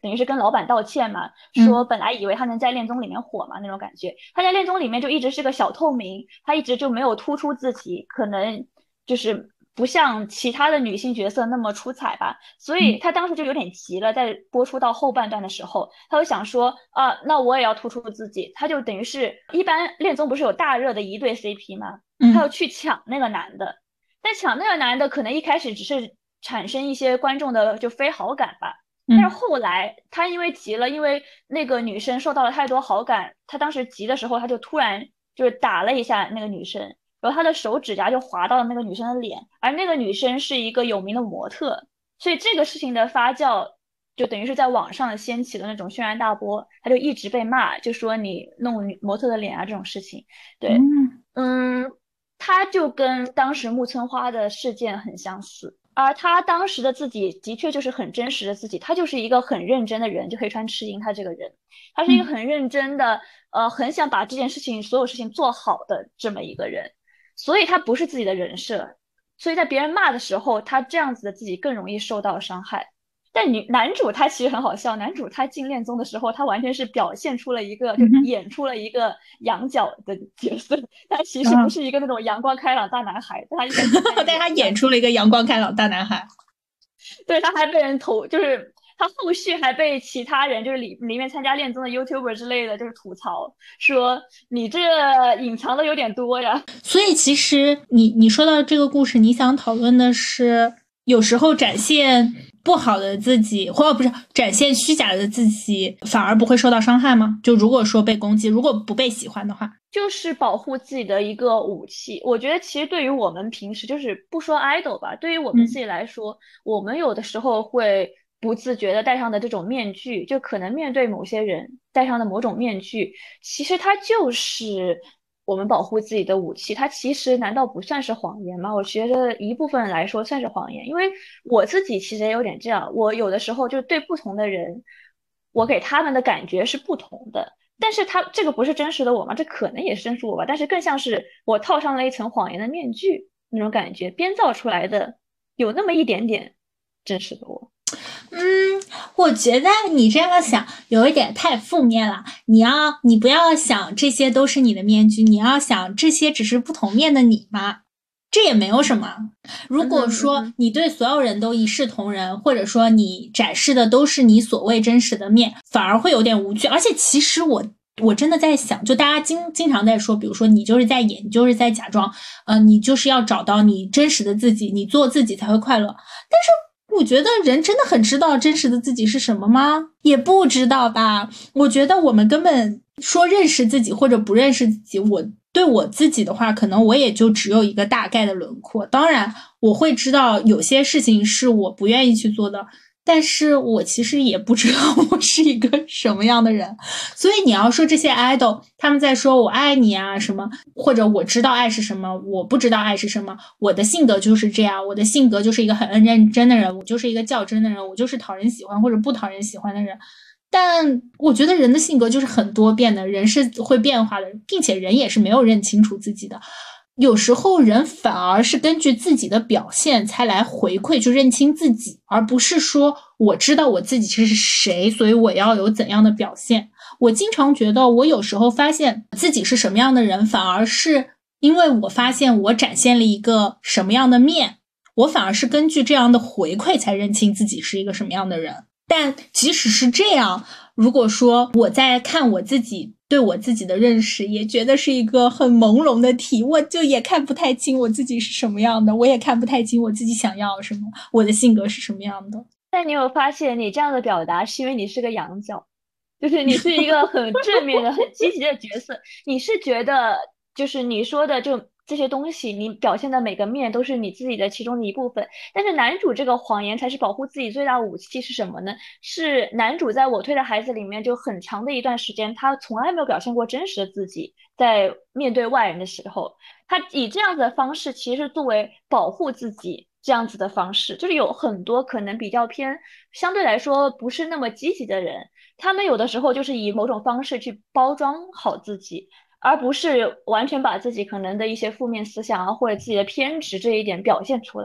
等于是跟老板道歉嘛，说嗯本来以为他能在恋综里面火嘛那种感觉，他在恋综里面就一直是个小透明，他一直就没有突出自己，可能就是不像其他的女性角色那么出彩吧，所以嗯他当时就有点急了，在播出到后半段的时候，他就想说啊，那我也要突出自己，他就等于是一般恋综不是有大热的一对 C P 吗？他要嗯去抢那个男的，但抢那个男的可能一开始只是产生一些观众的就非好感吧。但是嗯后来他因为急了，因为那个女生受到了太多好感，他当时急的时候，他就突然就是打了一下那个女生，然后他的手指甲就划到了那个女生的脸，而那个女生是一个有名的模特，所以这个事情的发酵就等于是在网上掀起了那种轩然大波，他就一直被骂，就说你弄女模特的脸啊这种事情，对， 嗯嗯，他就跟当时木村花的事件很相似。而他当时的自己的确就是很真实的自己，他就是一个很认真的人，就黑川赤音他这个人，他是一个嗯很认真的，呃，很想把这件事情所有事情做好的这么一个人，所以他不是自己的人设，所以在别人骂的时候，他这样子的自己更容易受到伤害。但女男主他其实很好笑，男主他进恋综的时候，他完全是表现出了一个，就嗯哼演出了一个羊角的角色，他其实不啊， 是一个那种阳光开朗大男孩，他一开始在但他演演出了一个阳光开朗大男孩。 对，他还被人投，就是他后续还被其他人，就是里里面参加恋综的 YouTuber 之类的，就是吐槽说你这隐藏的有点多呀。 所以其实你你说到这个故事，你想讨论的是，有时候展现不好的自己，或者不是展现虚假的自己，反而不会受到伤害吗？就如果说被攻击，如果不被喜欢的话， 就是保护自己的一个武器。我觉得其实对于我们平时就是不说 idol 吧，对于我们自嗯己来说，我们有的时候会不自觉的戴上的这种面具，就可能面对某些人戴上的某种面具，其实它就是我们保护自己的武器。它其实难道不算是谎言吗？我觉得一部分来说算是谎言，因为我自己其实也有点这样，我有的时候就对不同的人，我给他们的感觉是不同的。但是他这个不是真实的我吗？这可能也是真实我吧，但是更像是我套上了一层谎言的面具那种感觉，编造出来的有那么一点点真实的我。 嗯，我觉得你这样想有一点太负面了。你要，你不要想这些都是你的面具，你要想这些只是不同面的你嘛。这也没有什么。如果说你对所有人都一视同仁，或者说你展示的都是你所谓真实的面，反而会有点无趣。而且其实我我真的在想，就大家经经常在说，比如说你就是在演，你就是在假装，呃，你就是要找到你真实的自己，你做自己才会快乐。但是我觉得人真的很知道真实的自己是什么吗？也不知道吧。我觉得我们根本说认识自己或者不认识自己，我对我自己的话，可能我也就只有一个大概的轮廓。当然，我会知道有些事情是我不愿意去做的，但是我其实也不知道我是一个什么样的人。所以你要说这些 idol 他们在说我爱你啊什么，或者我知道爱是什么，我不知道爱是什么，我的性格就是这样，我的性格就是一个很认真的人，我就是一个较真的人，我就是讨人喜欢或者不讨人喜欢的人。但我觉得人的性格就是很多变的，人是会变化的，并且人也是没有认清楚自己的。有时候人反而是根据自己的表现才来回馈去认清自己，而不是说我知道我自己是谁，所以我要有怎样的表现。我经常觉得我有时候发现自己是什么样的人，反而是因为我发现我展现了一个什么样的面，我反而是根据这样的回馈才认清自己是一个什么样的人。但即使是这样，如果说我在看我自己对我自己的认识，也觉得是一个很朦胧的题，我就也看不太清我自己是什么样的，我也看不太清我自己想要什么，我的性格是什么样的。 但你有发现，你这样的表达是因为你是个羊角，就是你是一个很正面的、很积极的角色。你是觉得，就是你说的就这些东西，你表现的每个面都是你自己的其中的一部分。但是男主这个谎言才是保护自己最大武器是什么呢？是男主在我推的孩子里面就很长的一段时间，他从来没有表现过真实的自己，在面对外人的时候，他以这样子的方式，其实作为保护自己。这样子的方式，就是有很多可能比较偏，相对来说不是那么积极的人，他们有的时候就是以某种方式去包装好自己，而不是完全把自己可能的一些负面思想啊，或者自己的偏执这一点表现出来。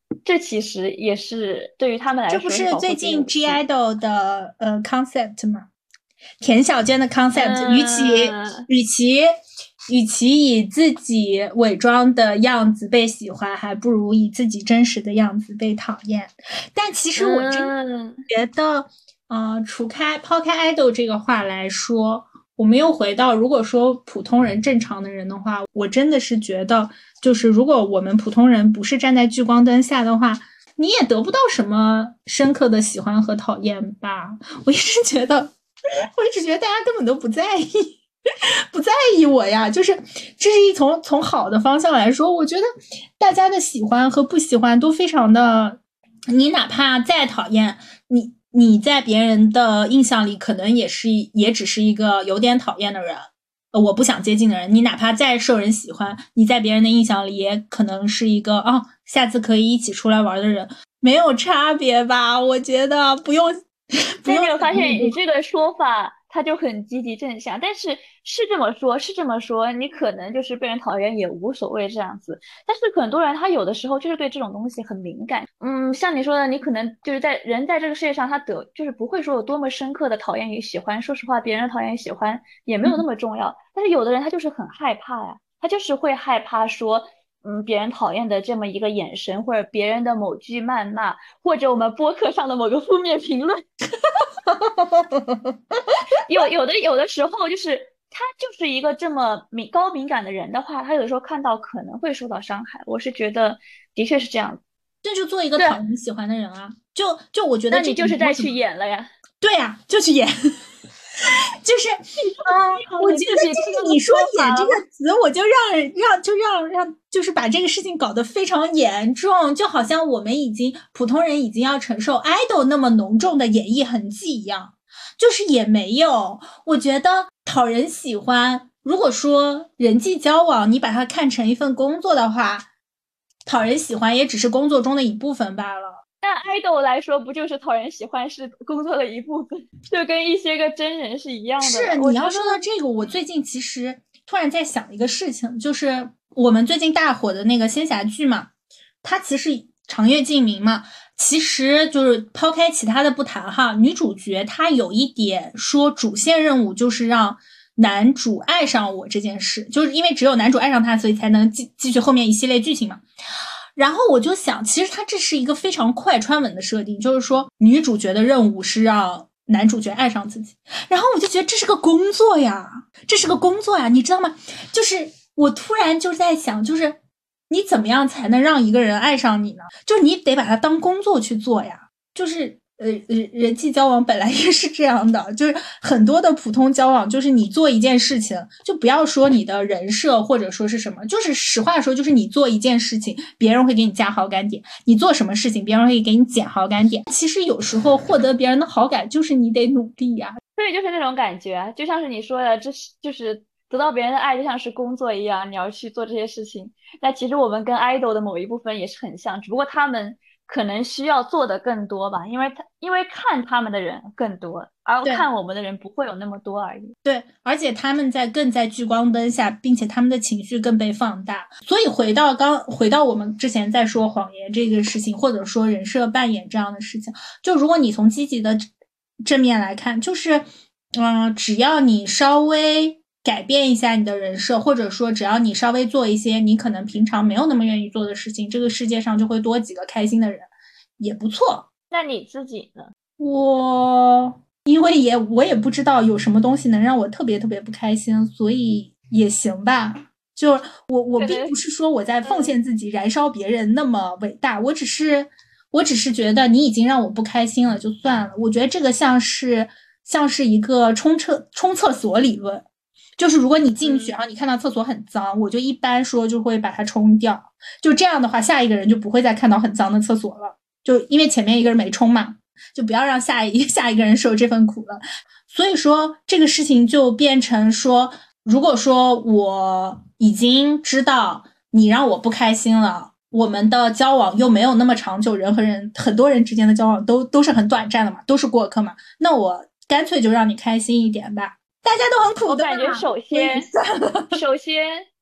这其实也是对于他们来这不说是是最近保护自己的武 G 器。 idol 的呃 concept 吗？田小娟的 concept，与其嗯， 与其与其以自己伪装的样子被喜欢，还不如以自己真实的样子被讨厌。但其实我真嗯， 觉得，呃，除开抛开 idol 这个话来说，我们又回到，如果说普通人正常的人的话，我真的是觉得，就是如果我们普通人不是站在聚光灯下的话，你也得不到什么深刻的喜欢和讨厌吧。我一直觉得，我一直觉得大家根本都不在意。不在意我呀，就是这是一从从好的方向来说，我觉得大家的喜欢和不喜欢都非常的，你哪怕再讨厌你，你在别人的印象里可能也是也只是一个有点讨厌的人，呃，我不想接近的人。你哪怕再受人喜欢，你在别人的印象里也可能是一个哦，下次可以一起出来玩的人，没有差别吧？我觉得不用。不用但你有发现你这个说法，它就很积极正向，但是是这么说，是这么说，你可能就是被人讨厌也无所谓这样子。但是很多人他有的时候就是对这种东西很敏感，嗯，像你说的，你可能就是在人在这个世界上，他得就是不会说有多么深刻的讨厌与喜欢。说实话，别人的讨厌与喜欢也没有那么重要，但是有的人他就是很害怕呀，他就是会害怕说。嗯，别人讨厌的这么一个眼神，或者别人的某句谩骂，或者我们播客上的某个负面评论，有有的有的时候就是他就是一个这么敏高敏感的人的话，他有的时候看到可能会受到伤害。我是觉得的确是这样。 这就做一个对， 讨人喜欢的人啊！就就我觉得这那你个没有什么。 就是在去演了呀。 对呀、啊，就去演。就是嗯，我觉得你自己就是你说这么说演这个法了， 词，我就让让就让让就是把这个事情搞得非常严重，就好像我们已经普通人已经要承受 idol 那么浓重的演绎痕迹一样，就是也没有。我觉得讨人喜欢，如果说人际交往你把它看成一份工作的话，讨人喜欢也只是工作中的一部分罢了。 但爱豆来说，不就是讨人喜欢是工作的一部分，就跟一些个真人是一样的了。 是，你要我觉得， 说到这个，我最近其实突然在想一个事情，就是我们最近大火的那个仙侠剧嘛，它其实长月烬明嘛，其实就是抛开其他的不谈哈，女主角她有一点说主线任务就是让男主爱上我这件事，就是因为只有男主爱上她，所以才能继继续后面一系列剧情嘛。然后我就想，其实它这是一个非常快穿文的设定，就是说女主角的任务是让男主角爱上自己，然后我就觉得这是个工作呀，这是个工作呀，你知道吗？就是我突然就在想，就是你怎么样才能让一个人爱上你呢？就是你得把它当工作去做呀，就是呃呃，人际交往本来也是这样的，就是很多的普通交往，就是你做一件事情，就不要说你的人设或者说是什么，就是实话说，就是你做一件事情，别人会给你加好感点；你做什么事情，别人会给你减好感点。其实有时候获得别人的好感，就是你得努力呀。 对，就是那种感觉，就像是你说的，这是就是得到别人的爱，就像是工作一样，你要去做这些事情。那其实我们跟 idol 的某一部分也是很像，只不过他们可能需要做的更多吧，因为他因为看他们的人更多，而对看我们的人不会有那么多而已。 对，而且他们在更在聚光灯下，并且他们的情绪更被放大。所以回到刚回到我们之前在说谎言这个事情，或者说人设扮演这样的事情，就如果你从积极的正面来看，就是嗯、呃，只要你稍微改变一下你的人设，或者说只要你稍微做一些你可能平常没有那么愿意做的事情，这个世界上就会多几个开心的人，也不错。 那你自己呢？ 我因为也我也不知道有什么东西能让我特别特别不开心，所以也行吧。就我我并不是说我在奉献自己、燃烧别人那么伟大，我只是我只是觉得你已经让我不开心了，就算了。我觉得这个像是像是一个冲厕冲厕所理论，就是如果你进去，然后你看到厕所很脏，我就一般说就会把它冲掉。就这样的话，下一个人就不会再看到很脏的厕所了，就因为前面一个人没冲嘛。就不要让下一下一个人受这份苦了。所以说这个事情就变成说，如果说我已经知道你让我不开心了，我们的交往又没有那么长久，人和人很多人之间的交往都都是很短暂的嘛，都是过客嘛，那我干脆就让你开心一点吧。大家都很苦的嘛。 我感觉首先，首先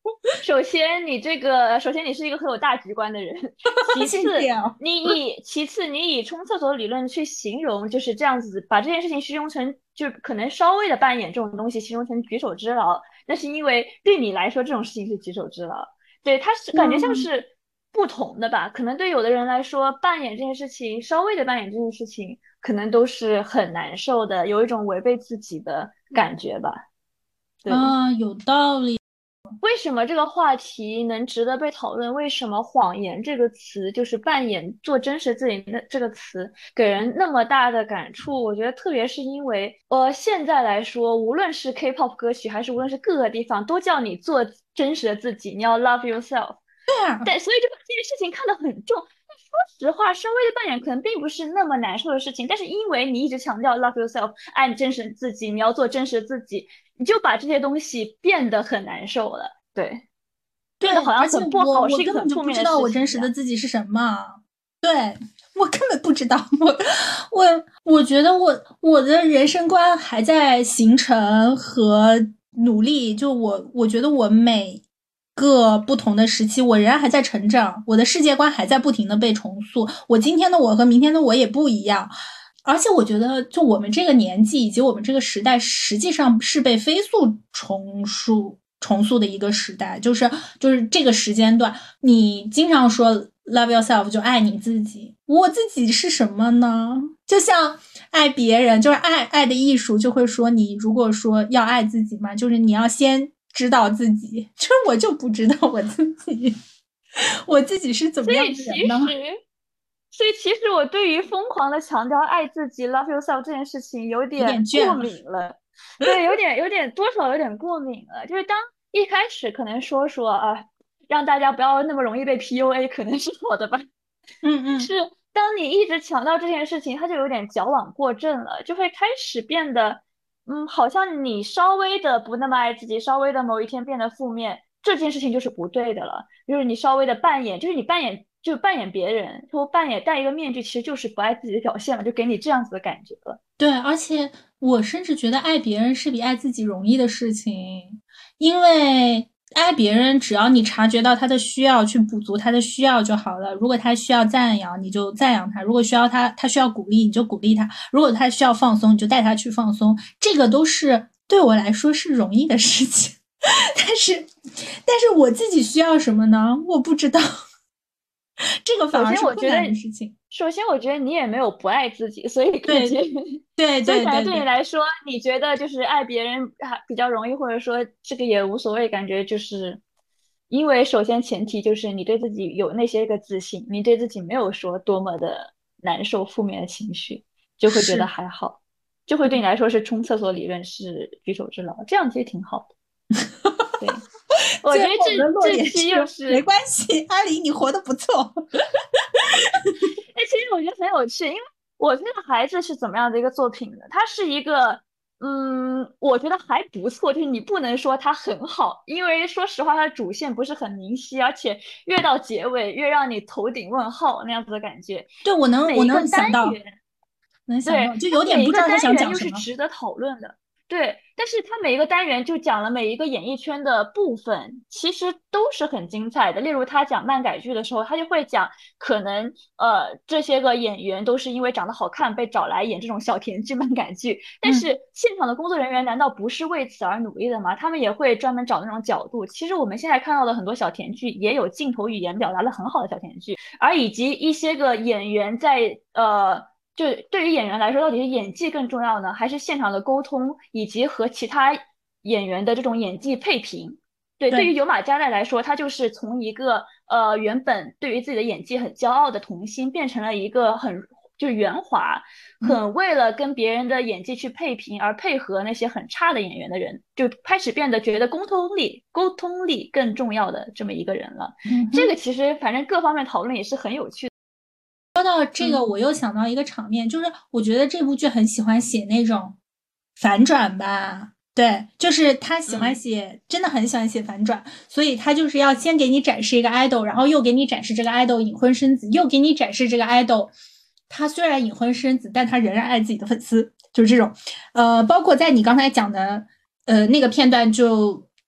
首先，你这个，首先你是一个很有大局观的人，其谢次， 谢啊。 你以其次你以冲厕所理论去形容，就是这样子，把这件事情形容成，就可能稍微的扮演这种东西，形容成举手之劳，那是因为对你来说这种事情是举手之劳，对，它是感觉像嗯是不同的吧，可能对有的人来说，扮演这件事情，稍微的扮演这件事情，可能都是很难受的，有一种违背自己的感觉吧，对。 啊，有道理。 为什么这个话题能值得被讨论？为什么“谎言”这个词，就是扮演做真实自己的这个词，给人那么大的感触？我觉得，特别是因为，呃，现在来说，无论是 K-pop 歌曲，还是无论是各个地方，都叫你做真实的自己，你要 love yourself。 对啊。 但所以就把这件事情看得很重。那说实话，稍微的扮演可能并不是那么难受的事情，但是因为你一直强调 love yourself，爱你真实的自己，你要做真实的自己，你就把这些东西变得很难受了。对， 对， 变得好像而且很不好， 我我是一个很根本就不知负面的事道我真实的情一样。 自己是什么。对，我根本不知道。我我我觉得我我的人生观还在形成和努力。就我我觉得我每个不同的时期，我仍然还在成长，我的世界观还在不停的被重塑。我今天的我和明天的我也不一样。而且我觉得，就我们这个年纪以及我们这个时代，实际上是被飞速重塑、重塑的一个时代。就是就是这个时间段，你经常说 love yourself， 就爱你自己。我自己是什么呢？就像爱别人，就是爱爱的艺术，就会说你如果说要爱自己嘛，就是你要先知道自己。就是我就不知道我自己，我自己是怎么样所以其的人呢？ 实，所以其实我对于疯狂的强调爱自己 love yourself 这件事情有有点点过倦了。 敏了。对，有点有点多少有点过敏了。就是当一开始可能说说啊，让大家不要那么容易被 P U A，可能是好的吧。 嗯嗯。 但是当你一直强调这件事情，它就有点矫枉过正了，就会开始变得，嗯，好像你稍微的不那么爱自己，稍微的某一天变得负面，这件事情就是不对的了。就是你稍微的扮演，就是你扮演，就扮演别人，或扮演戴一个面具，其实就是不爱自己的表现嘛，就给你这样子的感觉了。 对，而且我甚至觉得爱别人是比爱自己容易的事情。因为爱别人，只要你察觉到他的需要，去补足他的需要就好了。如果他需要赞扬，你就赞扬他；如果需要他，他需要鼓励，你就鼓励他；如果他需要放松，你就带他去放松。这个都是对我来说是容易的事情。但是，但是我自己需要什么呢？我不知道。这个反首而是困先我觉得， 难的事情。 首先我觉得你也没有不爱自己，所以感对觉， 对所以感觉对你对对对。 来说，你觉得就是爱别人还比较容易，或者说这个也无所谓，感觉就是因为首先前提就是你对自己有那些个自信，你对自己没有说多么的难受、负面的情绪，就会觉得是。 还好，就会对你来说是冲厕所理论是举手之劳，这样其实挺好的。对，我最觉得这后我们的落这期点是又是没关系，阿里你活得不错。 哎，其实我觉得很有趣，因为我觉得孩子是怎么样的一个作品呢？它是一个，嗯，我觉得还不错，就是你不能说它很好，因为说实话，它的主线不是很明晰，而且越到结尾越让你头顶问号那样子的感觉。 对，我能我能每一个单想到， 元。对， 能想到，就它有点不知道他每一个单想讲什么。 元又是值得讨论的，对，但是它每一个单元就讲了每一个演艺圈的部分，其实都是很精彩的。例如他讲漫改剧的时候，他就会讲，可能呃这些个演员都是因为长得好看被找来演这种小甜剧漫改剧，但嗯。 是现场的工作人员难道不是为此而努力的吗？他们也会专门找那种角度。其实我们现在看到的很多小甜剧也有镜头语言表达的很好的小甜剧，而以及一些个演员在呃。就对于演员来说，到底是演技更重要呢，还是现场的沟通以及和其他演员的这种演技配平？对，对于对。 有马加奈来说，他就是从一个呃原本对于自己的演技很骄傲的童星，变成了一个很就是圆滑， 嗯。 很为了跟别人的演技去配平而配合那些很差的演员的人，就开始变得觉得沟通力沟通力更重要的这么一个人了。 嗯哼。 这个其实反正各方面讨论也是很有趣的。 说到这个， 嗯我又想到一个场面，就是我觉得这部剧很喜欢写那种反转吧。对，就是他喜欢嗯。 写，真的很喜欢写反转，所以他就是要先给你展示一个 idol，然后又给你展示这个 idol 隐婚生子，又给你展示这个 idol，他虽然隐婚生子，但他仍然爱自己的粉丝，就是这种。呃，包括在你刚才讲的呃那个片段就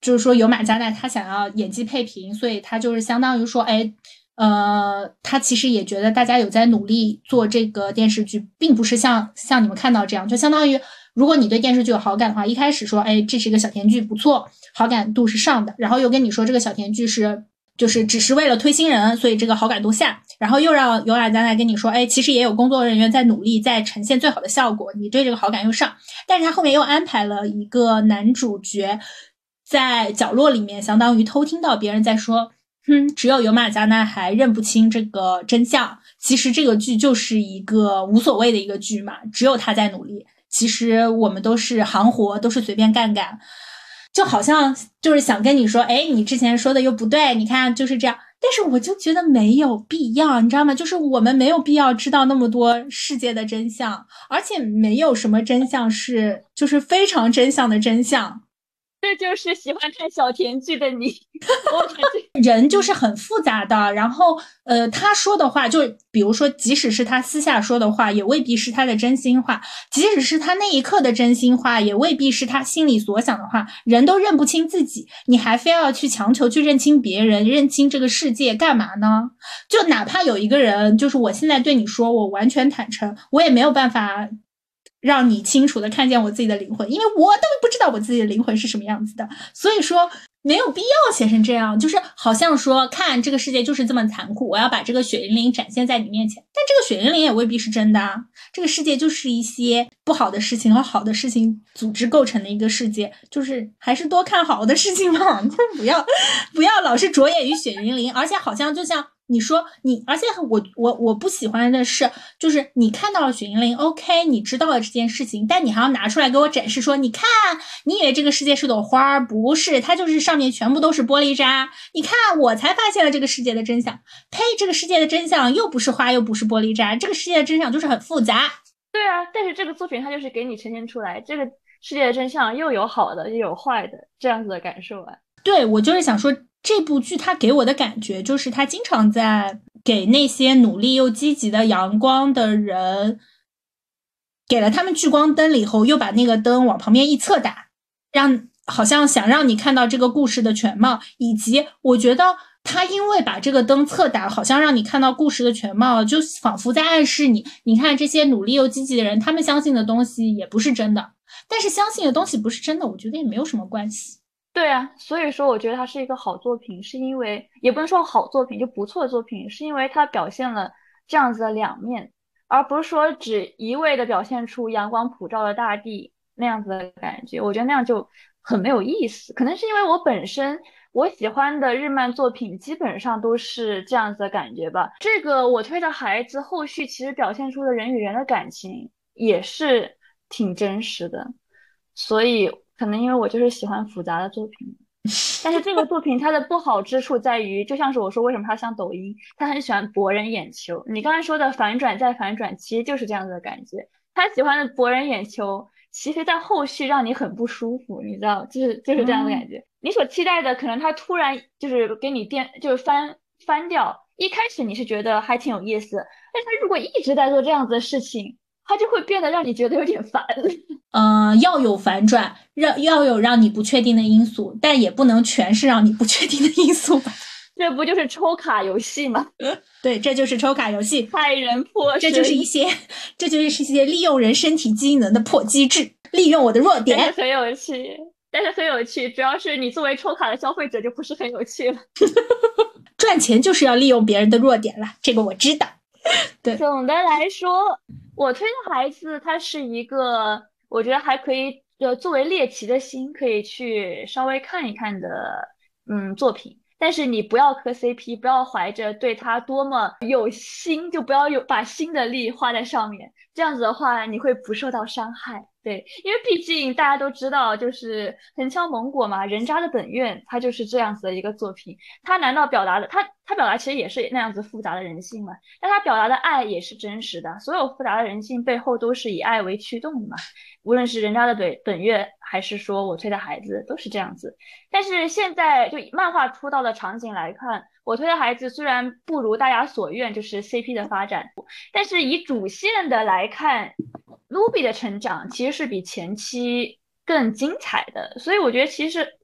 就是说有马加奈他想要演技配平，所以他就是相当于说，哎，呃，他其实也觉得大家有在努力做这个电视剧，并不是像像你们看到这样，就相当于如果你对电视剧有好感的话，一开始说，哎，这是一个小甜剧不错，好感度是上的，然后又跟你说这个小甜剧是就是只是为了推新人，所以这个好感度下，然后又让尤雅加奈跟你说，哎，其实也有工作人员在努力，在呈现最好的效果，你对这个好感又上，但是他后面又安排了一个男主角在角落里面，相当于偷听到别人在说，哼，只有尤玛加奈还认不清这个真相。其实这个剧就是一个无所谓的一个剧嘛，只有他在努力。其实我们都是行活，都是随便干干，就好像就是想跟你说，哎，你之前说的又不对，你看就是这样。但是我就觉得没有必要，你知道吗？就是我们没有必要知道那么多世界的真相，而且没有什么真相是就是非常真相的真相。 这就是喜欢看小甜剧的你，我感觉人就是很复杂的。然后，呃，他说的话，就比如说，即使是他私下说的话，也未必是他的真心话；即使是他那一刻的真心话，也未必是他心里所想的话。人都认不清自己，你还非要去强求去认清别人，认清这个世界，干嘛呢？就哪怕有一个人，就是我现在对你说，我完全坦诚，我也没有办法让你清楚的看见我自己的灵魂，因为我都不知道我自己的灵魂是什么样子的。所以说没有必要写成这样，就是好像说看这个世界就是这么残酷，我要把这个血淋淋展现在你面前，但这个血淋淋也未必是真的啊。这个世界就是一些不好的事情和好的事情组织构成的一个世界，就是还是多看好的事情嘛，不要不要老是着眼于血淋淋。而且好像就像你说你，而且我我我不喜欢的是，就是你看到了血淋淋 OK， 你知道了这件事情，但你还要拿出来给我展示说，你看，你以为这个世界是朵花，不是，它就是上面全部都是玻璃渣，你看我才发现了这个世界的真相。呸，这个世界的真相又不是花又不是玻璃渣，这个世界的真相就是很复杂。 对啊，但是这个作品它就是给你呈现出来这个世界的真相，又有好的又有坏的这样子的感受啊。 对，我就是想说这部剧它给我的感觉就是它经常在给那些努力又积极的阳光的人给了他们聚光灯了以后，又把那个灯往旁边一侧打，让好像想让你看到这个故事的全貌。以及我觉得他因为把这个灯侧打，好像让你看到故事的全貌，就仿佛在暗示你，你看这些努力又积极的人，他们相信的东西也不是真的。但是相信的东西不是真的，我觉得也没有什么关系。 对啊，所以说我觉得它是一个好作品，是因为也不能说好作品，就不错的作品，是因为它表现了这样子的两面，而不是说只一味的表现出阳光普照的大地那样子的感觉，我觉得那样就很没有意思。可能是因为我本身我喜欢的日漫作品基本上都是这样子的感觉吧。这个我推的孩子后续其实表现出的人与人的感情也是挺真实的，所以可能因为我就是喜欢复杂的作品。但是这个作品它的不好之处在于，就像是我说为什么它像抖音，它很喜欢博人眼球。你刚才说的反转再反转，其实就是这样子的感觉。他喜欢的博人眼球，其实在后续让你很不舒服，你知道，就是就是这样的感觉。嗯、你所期待的，可能他突然就是给你变，就是翻翻掉。一开始你是觉得还挺有意思，但是他如果一直在做这样子的事情，他就会变得让你觉得有点烦。 呃，要有反转，让要有让你不确定的因素，但也不能全是让你不确定的因素吧。 这不就是抽卡游戏吗？ 对，这就是抽卡游戏， 害人破这就是一些，这就是一些利用人身体机能的破机制，利用我的弱点。 但是很有趣，但是很有趣，主要是你作为抽卡的消费者就不是很有趣了。 赚钱就是要利用别人的弱点啦，这个我知道。对， 总的来说，我推的孩子，他是一个我觉得还可以，呃，作为猎奇的心可以去稍微看一看的，嗯，作品。但是你不要磕 C P， 不要怀着对他多么有心，就不要有把心的力花在上面。这样子的话，你会不受到伤害。对，因为毕竟大家都知道，就是横敲猛果嘛，人渣的本愿，它就是这样子的一个作品。他难道表达的，他他表达其实也是那样子复杂的人性嘛？但他表达的爱也是真实的，所有复杂的人性背后都是以爱为驱动的嘛。无论是人渣的本本愿，还是说我推的孩子，都是这样子。但是现在就以漫画出道的场景来看，我推的孩子虽然不如大家所愿，就是 C P 的发展，但是以主线的来看，Ruby 的成长其实是比前期更精彩的，所以我觉得其实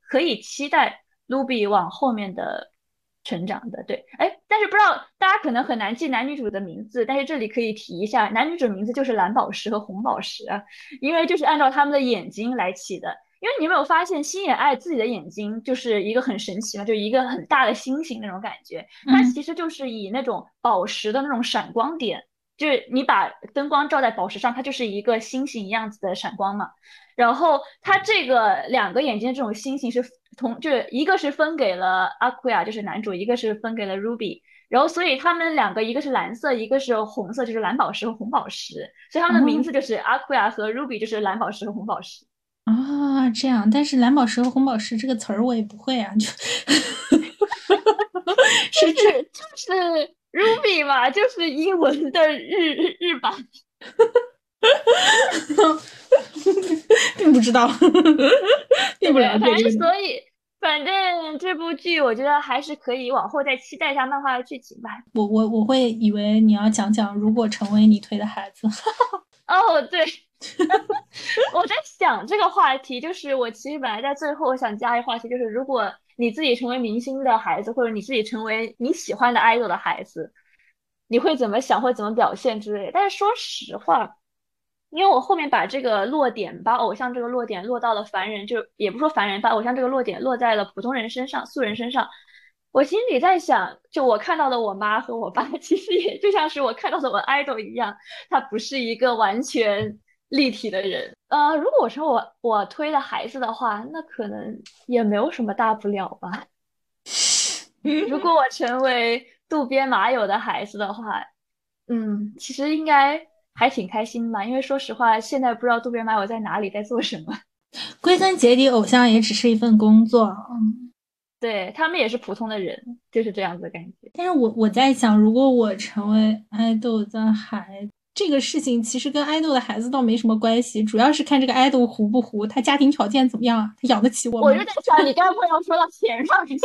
可以期待 Ruby 往后面的成长的。对，哎，但是不知道大家可能很难记男女主的名字，但是这里可以提一下，男女主名字就是蓝宝石和红宝石啊，因为就是按照他们的眼睛来起的。因为你有没有发现，星野爱自己的眼睛就是一个很神奇嘛，就一个很大的星星那种感觉。它嗯其实就是以那种宝石的那种闪光点，就是你把灯光照在宝石上，它就是一个星星一样子的闪光嘛。然后它这个两个眼睛的这种星星是同，就是一个是分给了阿库亚，就是男主，一个是分给了 Ruby。然后所以他们两个一个是蓝色，一个是红色，就是蓝宝石和红宝石，所以他们的名字哦就是阿库亚和 Ruby，就是蓝宝石和红宝石。 啊，这样，但是蓝宝石和红宝石这个词儿我也不会啊，就就是这是就是 Ruby 嘛，就是英文的日日版。 并不知道，并不了对，反正解这个。 所以反正这部剧我觉得还是可以往后再期待一下漫画的剧情吧。 我我我会以为你要讲讲如果成为你推的孩子。 哦，对，我在想这个话题，就是我其实本来在最后想加一个话题，就是如果你自己成为明星的孩子，或者你自己成为你喜欢的 idol 的孩子，你会怎么想，会怎么表现之类的。但是说实话，因为我后面把这个落点，把偶像这个落点落到了凡人，就也不说凡人，把偶像这个落点落在了普通人身上、素人身上。我心里在想，就我看到的我妈和我爸，其实也就像是我看到的我 idol 一样，他不是一个完全立体的人。呃，如果我是我我推的孩子的话，那可能也没有什么大不了吧。如果我成为渡边麻友的孩子的话，嗯，其实应该还挺开心吧。因为说实话，现在不知道渡边麻友在哪里，在做什么。 归根结底，偶像也只是一份工作。嗯， 对，他们也是普通的人，就是这样子的感觉。 但是我我在想，如果我成为爱豆的孩子，这个事情其实跟爱豆的孩子倒没什么关系，主要是看这个爱豆糊不糊，他家庭条件怎么样啊，他养得起我吗？ 我就在想，你该不会要说到钱上去？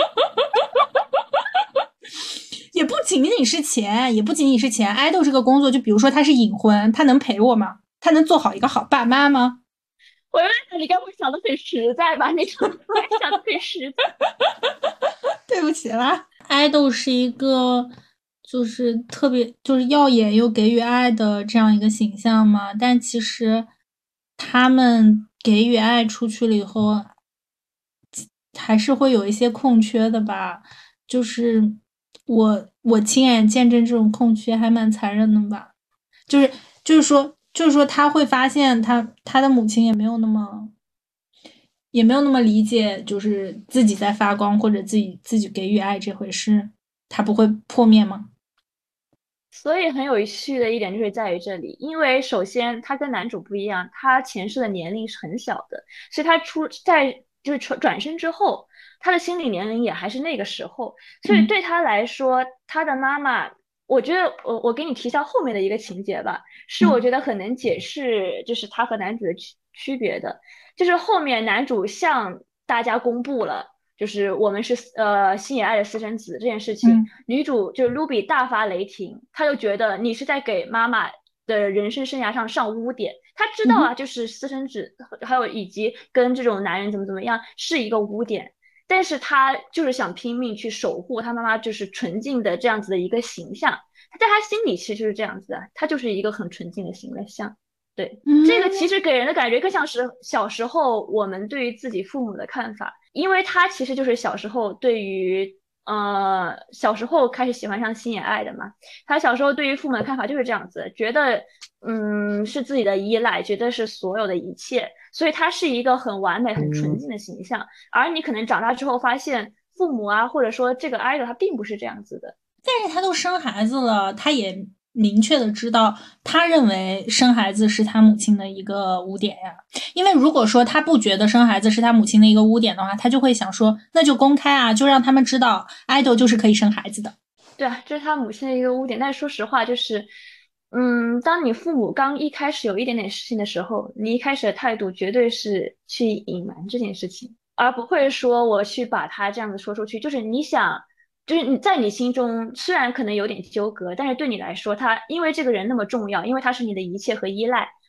也不仅仅是钱，也不仅仅是钱。爱豆这个工作，就比如说他是隐婚，他能陪我吗？他能做好一个好爸妈吗？ 我就在想，你该不会想的很实在吧？那种想的很实在。 对不起啦，爱豆是一个就是特别就是耀眼又给予爱的这样一个形象嘛，但其实他们给予爱出去了以后，还是会有一些空缺的吧。就是我我亲眼见证这种空缺还蛮残忍的吧。就是就是说就是说他会发现他他的母亲也没有那么也没有那么理解，就是自己在发光或者自己自己给予爱这回事，他不会破灭吗？ 所以很有趣的一点就是在于这里，因为首先他跟男主不一样，他前世的年龄是很小的，所以他出在就是转转身之后，他的心理年龄也还是那个时候，所以嗯对他来说，他的妈妈，我觉得我我给你提一下后面的一个情节吧，是我嗯觉得很能解释就是他和男主的区区别的，就是后面男主向大家公布了。就是我们是呃星野爱的私生子这件事情， 嗯女主就是 Ruby 大发雷霆，她就觉得你是在给妈妈的人生生涯上上污点。她知道啊， 嗯就是私生子，还有以及跟这种男人怎么怎么样是一个污点，但是她就是想拼命去守护她妈妈就是纯净的这样子的一个形象。在她心里其实就是这样子的，她就是一个很纯净的形象。对，这个其嗯实给人的感觉更像是小时候我们对于自己父母的看法，因为他其实就是小时候对于呃小时候开始喜欢上星野爱的嘛，他小时候对于父母的看法就是这样子，觉得嗯是自己的依赖，觉得是所有的一切，所以他是一个很完美、很纯净的形象，而你可能长大之后发现父母啊，或者说这个 idol 他并不是这样子的。 但是他都生孩子了，他也明确的知道，他认为生孩子是他母亲的一个污点呀。因为如果说他不觉得生孩子是他母亲的一个污点的话，他就会想说，那就公开啊，就让他们知道，idol 就是可以生孩子的。 对啊，这是他母亲的一个污点。但是说实话，就是，嗯，当你父母刚一开始有一点点事情的时候，你一开始的态度绝对是去隐瞒这件事情，而不会说我去把他这样子说出去。就是你想，就是你在你心中虽然可能有点纠葛，但是对你来说，他因为这个人那么重要，因为他是你的一切和依赖，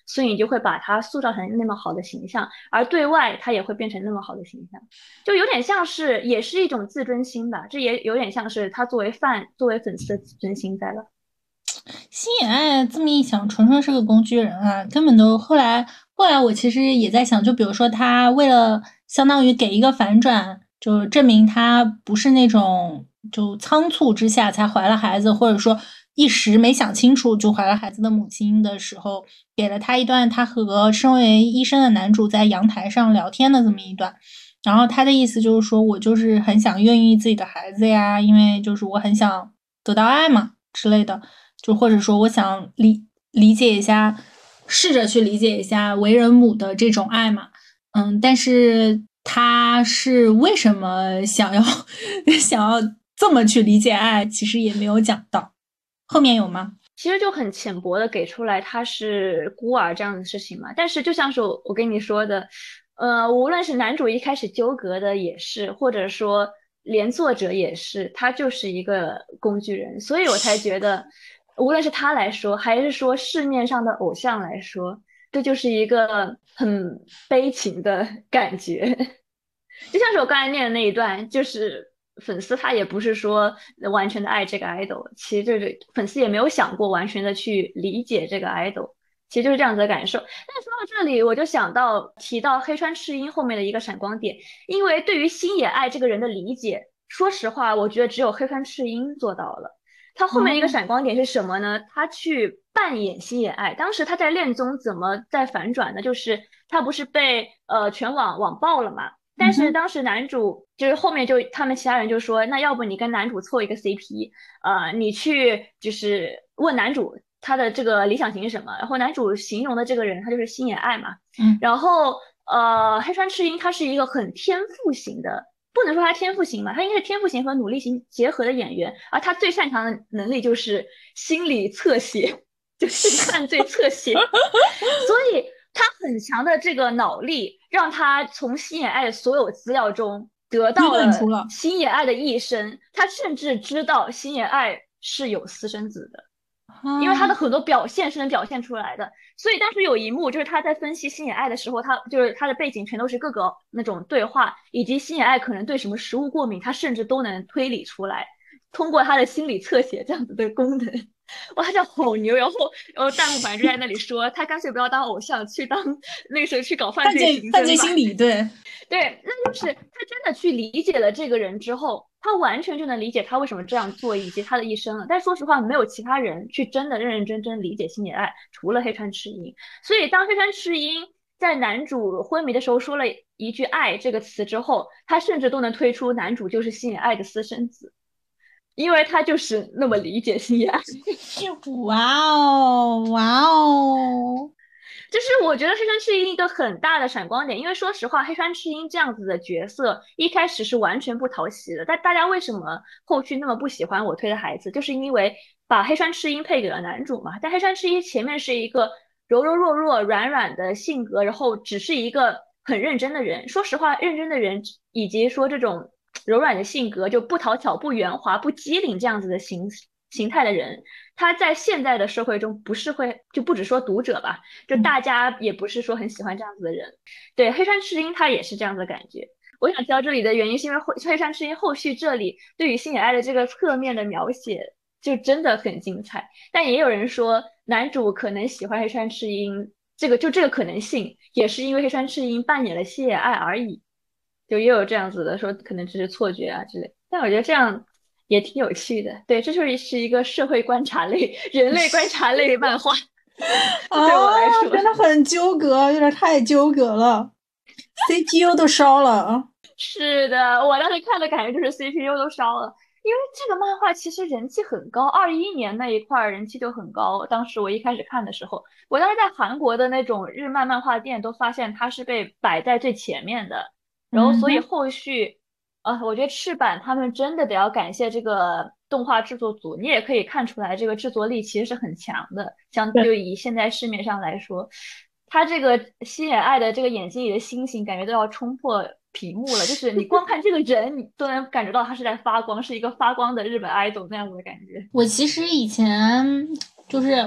所以你就会把他塑造成那么好的形象，而对外他也会变成那么好的形象，就有点像是也是一种自尊心吧，这也有点像是他作为fan作为粉丝的自尊心在了。 星野爱这么一想，纯纯是个工具人啊，根本都后来后来我其实也在想，就比如说他为了相当于给一个反转，就证明他不是那种就仓促之下才怀了孩子，或者说一时没想清楚就怀了孩子的母亲的时候，给了他一段他和身为医生的男主在阳台上聊天的这么一段。然后他的意思就是说，我就是很想孕育自己的孩子呀，因为就是我很想得到爱嘛之类的。就或者说我想理理解一下，试着去理解一下为人母的这种爱嘛，嗯，但是他是为什么想要想要这么去理解爱，其实也没有讲到，后面有吗？ 其实就很浅薄的给出来他是孤儿这样的事情嘛，但是就像是我我跟你说的，呃，无论是男主一开始纠葛的也是，或者说连作者也是，他就是一个工具人，所以我才觉得，无论是他来说，还是说市面上的偶像来说，这就是一个很悲情的感觉。就像是我刚才念的那一段，就是粉丝他也不是说完全的爱这个 idol，其实就是粉丝也没有想过完全的去理解这个 idol，其实就是这样子的感受。但说到这里，我就想到提到黑川赤音后面的一个闪光点，因为对于星野爱这个人的理解，说实话，我觉得只有黑川赤音做到了。他后面一个闪光点是什么呢？他去扮演星野爱。当时他在恋综怎么在反转呢？就是他不是被呃全网网爆了嘛？但是当时男主就是后面就他们其他人就说，那要不你跟男主凑一个 C P，呃，你去就是问男主他的这个理想型是什么，然后男主形容的这个人他就是星野爱嘛， 嗯， 然后呃黑川赤音他是一个很天赋型的。不能说他天赋型吧，他应该是天赋型和努力型结合的演员，而他最擅长的能力就是心理侧写，就是犯罪侧写，所以他很强的这个脑力，让他从星野爱的所有资料中得推到了断出了， 星野爱的一生，他甚至知道星野爱是有私生子的。因为他的啊， 很多表现是能表现出来的，所以当时有一幕就是他在分析星野爱的时候，他就是他的背景全都是各个那种对话，以及星野爱可能对什么食物过敏，他甚至都能推理出来，通过他的心理侧写这样子的功能，哇，他叫好牛！然后然后弹幕版就在那里说，他干脆不要当偶像，去当那个时候去搞犯犯罪罪犯罪刑侦吧。 心理，对， 对，那就是他真的去理解了这个人之后，他完全就能理解他为什么这样做，以及他的一生了。但说实话，没有其他人去真的认认真真理解星野爱，除了黑川赤音。所以当黑川赤音在男主昏迷的时候说了一句"爱"这个词之后，他甚至都能推出男主就是星野爱的私生子，因为他就是那么理解星野爱。 哇哦哇哦， 就是我觉得黑川赤音一个很大的闪光点，因为说实话，黑川赤音这样子的角色一开始是完全不讨喜的，但大家为什么后续那么不喜欢我推的孩子，就是因为把黑川赤音配给了男主嘛。但黑川赤音前面是一个柔柔弱弱、软软的性格，然后只是一个很认真的人。说实话，认真的人以及说这种柔软的性格，就不讨巧、不圆滑、不机灵这样子的形形态的人。他在现在的社会中不是会，就不只说读者吧，就大家也不是说很喜欢这样子的人。对，黑川赤音他也是这样子的感觉。我想提到这里的原因，是因为黑川赤音后续这里对于星野爱的这个侧面的描写就真的很精彩。但也有人说，男主可能喜欢黑川赤音，这个就这个可能性，也是因为黑川赤音扮演了星野爱而已。就也有这样子的说，可能只是错觉啊之类。但我觉得这样也挺有趣的。对，这就是是一个社会观察类、人类观察类漫画。 啊， 对我来说， 真的很纠葛，有点太纠葛了，C P U 都烧了。 是的，我当时看的感觉就是 C P U 都烧了，因为这个漫画其实人气很高，二一年那一块儿人气就很高。当时我一开始看的时候，我当时在韩国的那种日漫漫画店都发现它是被摆在最前面的，然后所以嗯哼， 后续，呃，我觉得赤坂他们真的得要感谢这个动画制作组，你也可以看出来这个制作力其实是很强的，相对， 对于现在市面上来说。他这个星野爱的这个眼睛里的星星，感觉都要冲破屏幕了。就是你光看这个人，你都能感觉到他是在发光，是一个发光的日本 idol 那样子的感觉。 我其实以前就是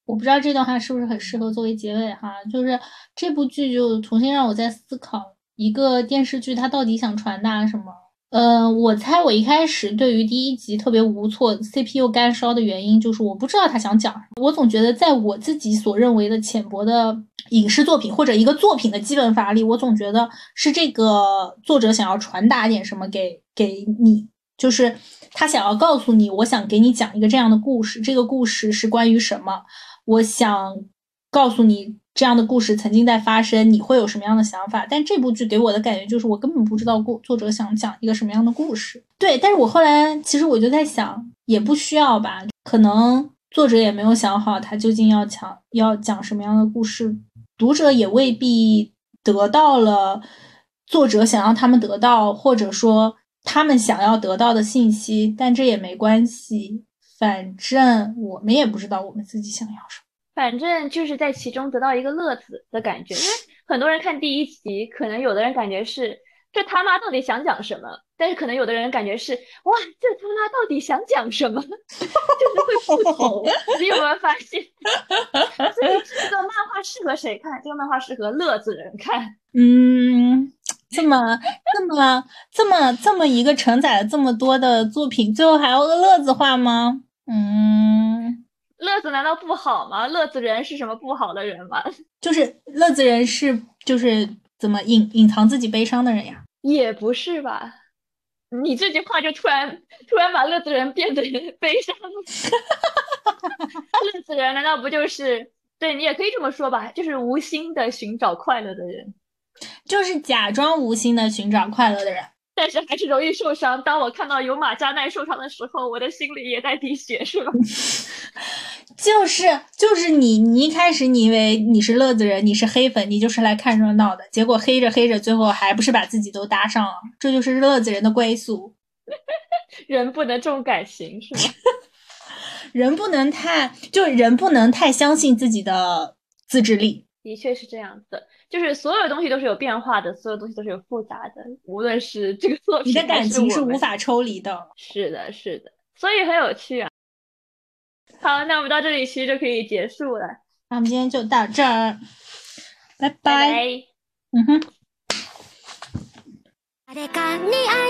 我不知道这段话是不是很适合作为结尾哈，就是这部剧就重新让我在思考一个电视剧它到底想传达什么。呃，我猜我一开始对于第一集特别无措 ，C P U 干烧的原因就是我不知道他想讲什么。我总觉得在我自己所认为的浅薄的影视作品或者一个作品的基本法里，我总觉得是这个作者想要传达点什么给给你，就是他想要告诉你，我想给你讲一个这样的故事，这个故事是关于什么，我想告诉你这样的故事曾经在发生，你会有什么样的想法？但这部剧给我的感觉就是我根本不知道作者想讲一个什么样的故事。对，但是我后来其实我就在想，也不需要吧，可能作者也没有想好他究竟要讲要讲什么样的故事，读者也未必得到了作者想让他们得到，或者说他们想要得到的信息，但这也没关系，反正我们也不知道我们自己想要什么。 反正就是在其中得到一个乐子的感觉，因为很多人看第一集，可能有的人感觉是这他妈到底想讲什么，但是可能有的人感觉是哇这他妈到底想讲什么，就是会不同。你有没有发现？所以这个漫画适合谁看？这个漫画适合乐子人看。 嗯，这么这么这么这么一个承载了这么多的作品，最后还要乐子化吗？嗯。 乐子难道不好吗？乐子人是什么不好的人吗？ 就是乐子人是就是怎么隐隐藏自己悲伤的人呀？ 也不是吧？你这句话就突然突然把乐子人变得悲伤了。乐子人难道不就是对你也可以这么说吧？就是无心的寻找快乐的人， 就是假装无心的寻找快乐的人。 但是还是容易受伤。当我看到有马加奈受伤的时候，我的心里也在滴血，是吧？ 就是就是你，你一开始你以为你是乐子人，你是黑粉，你就是来看热闹的，结果黑着黑着，最后还不是把自己都搭上了？这就是乐子人的归宿。 人不能重感情，是吗？ 人不能太，就人不能太相信自己的自制力。 的确是这样的，就是所有东西都是有变化的，所有东西都是有复杂的，无论是这个作品， 你的感情是无法抽离的。 是的，是的，所以很有趣啊。好，那我们到这里其实就可以结束了。 那我们今天就到这儿，拜拜。 拜拜。 嗯哼。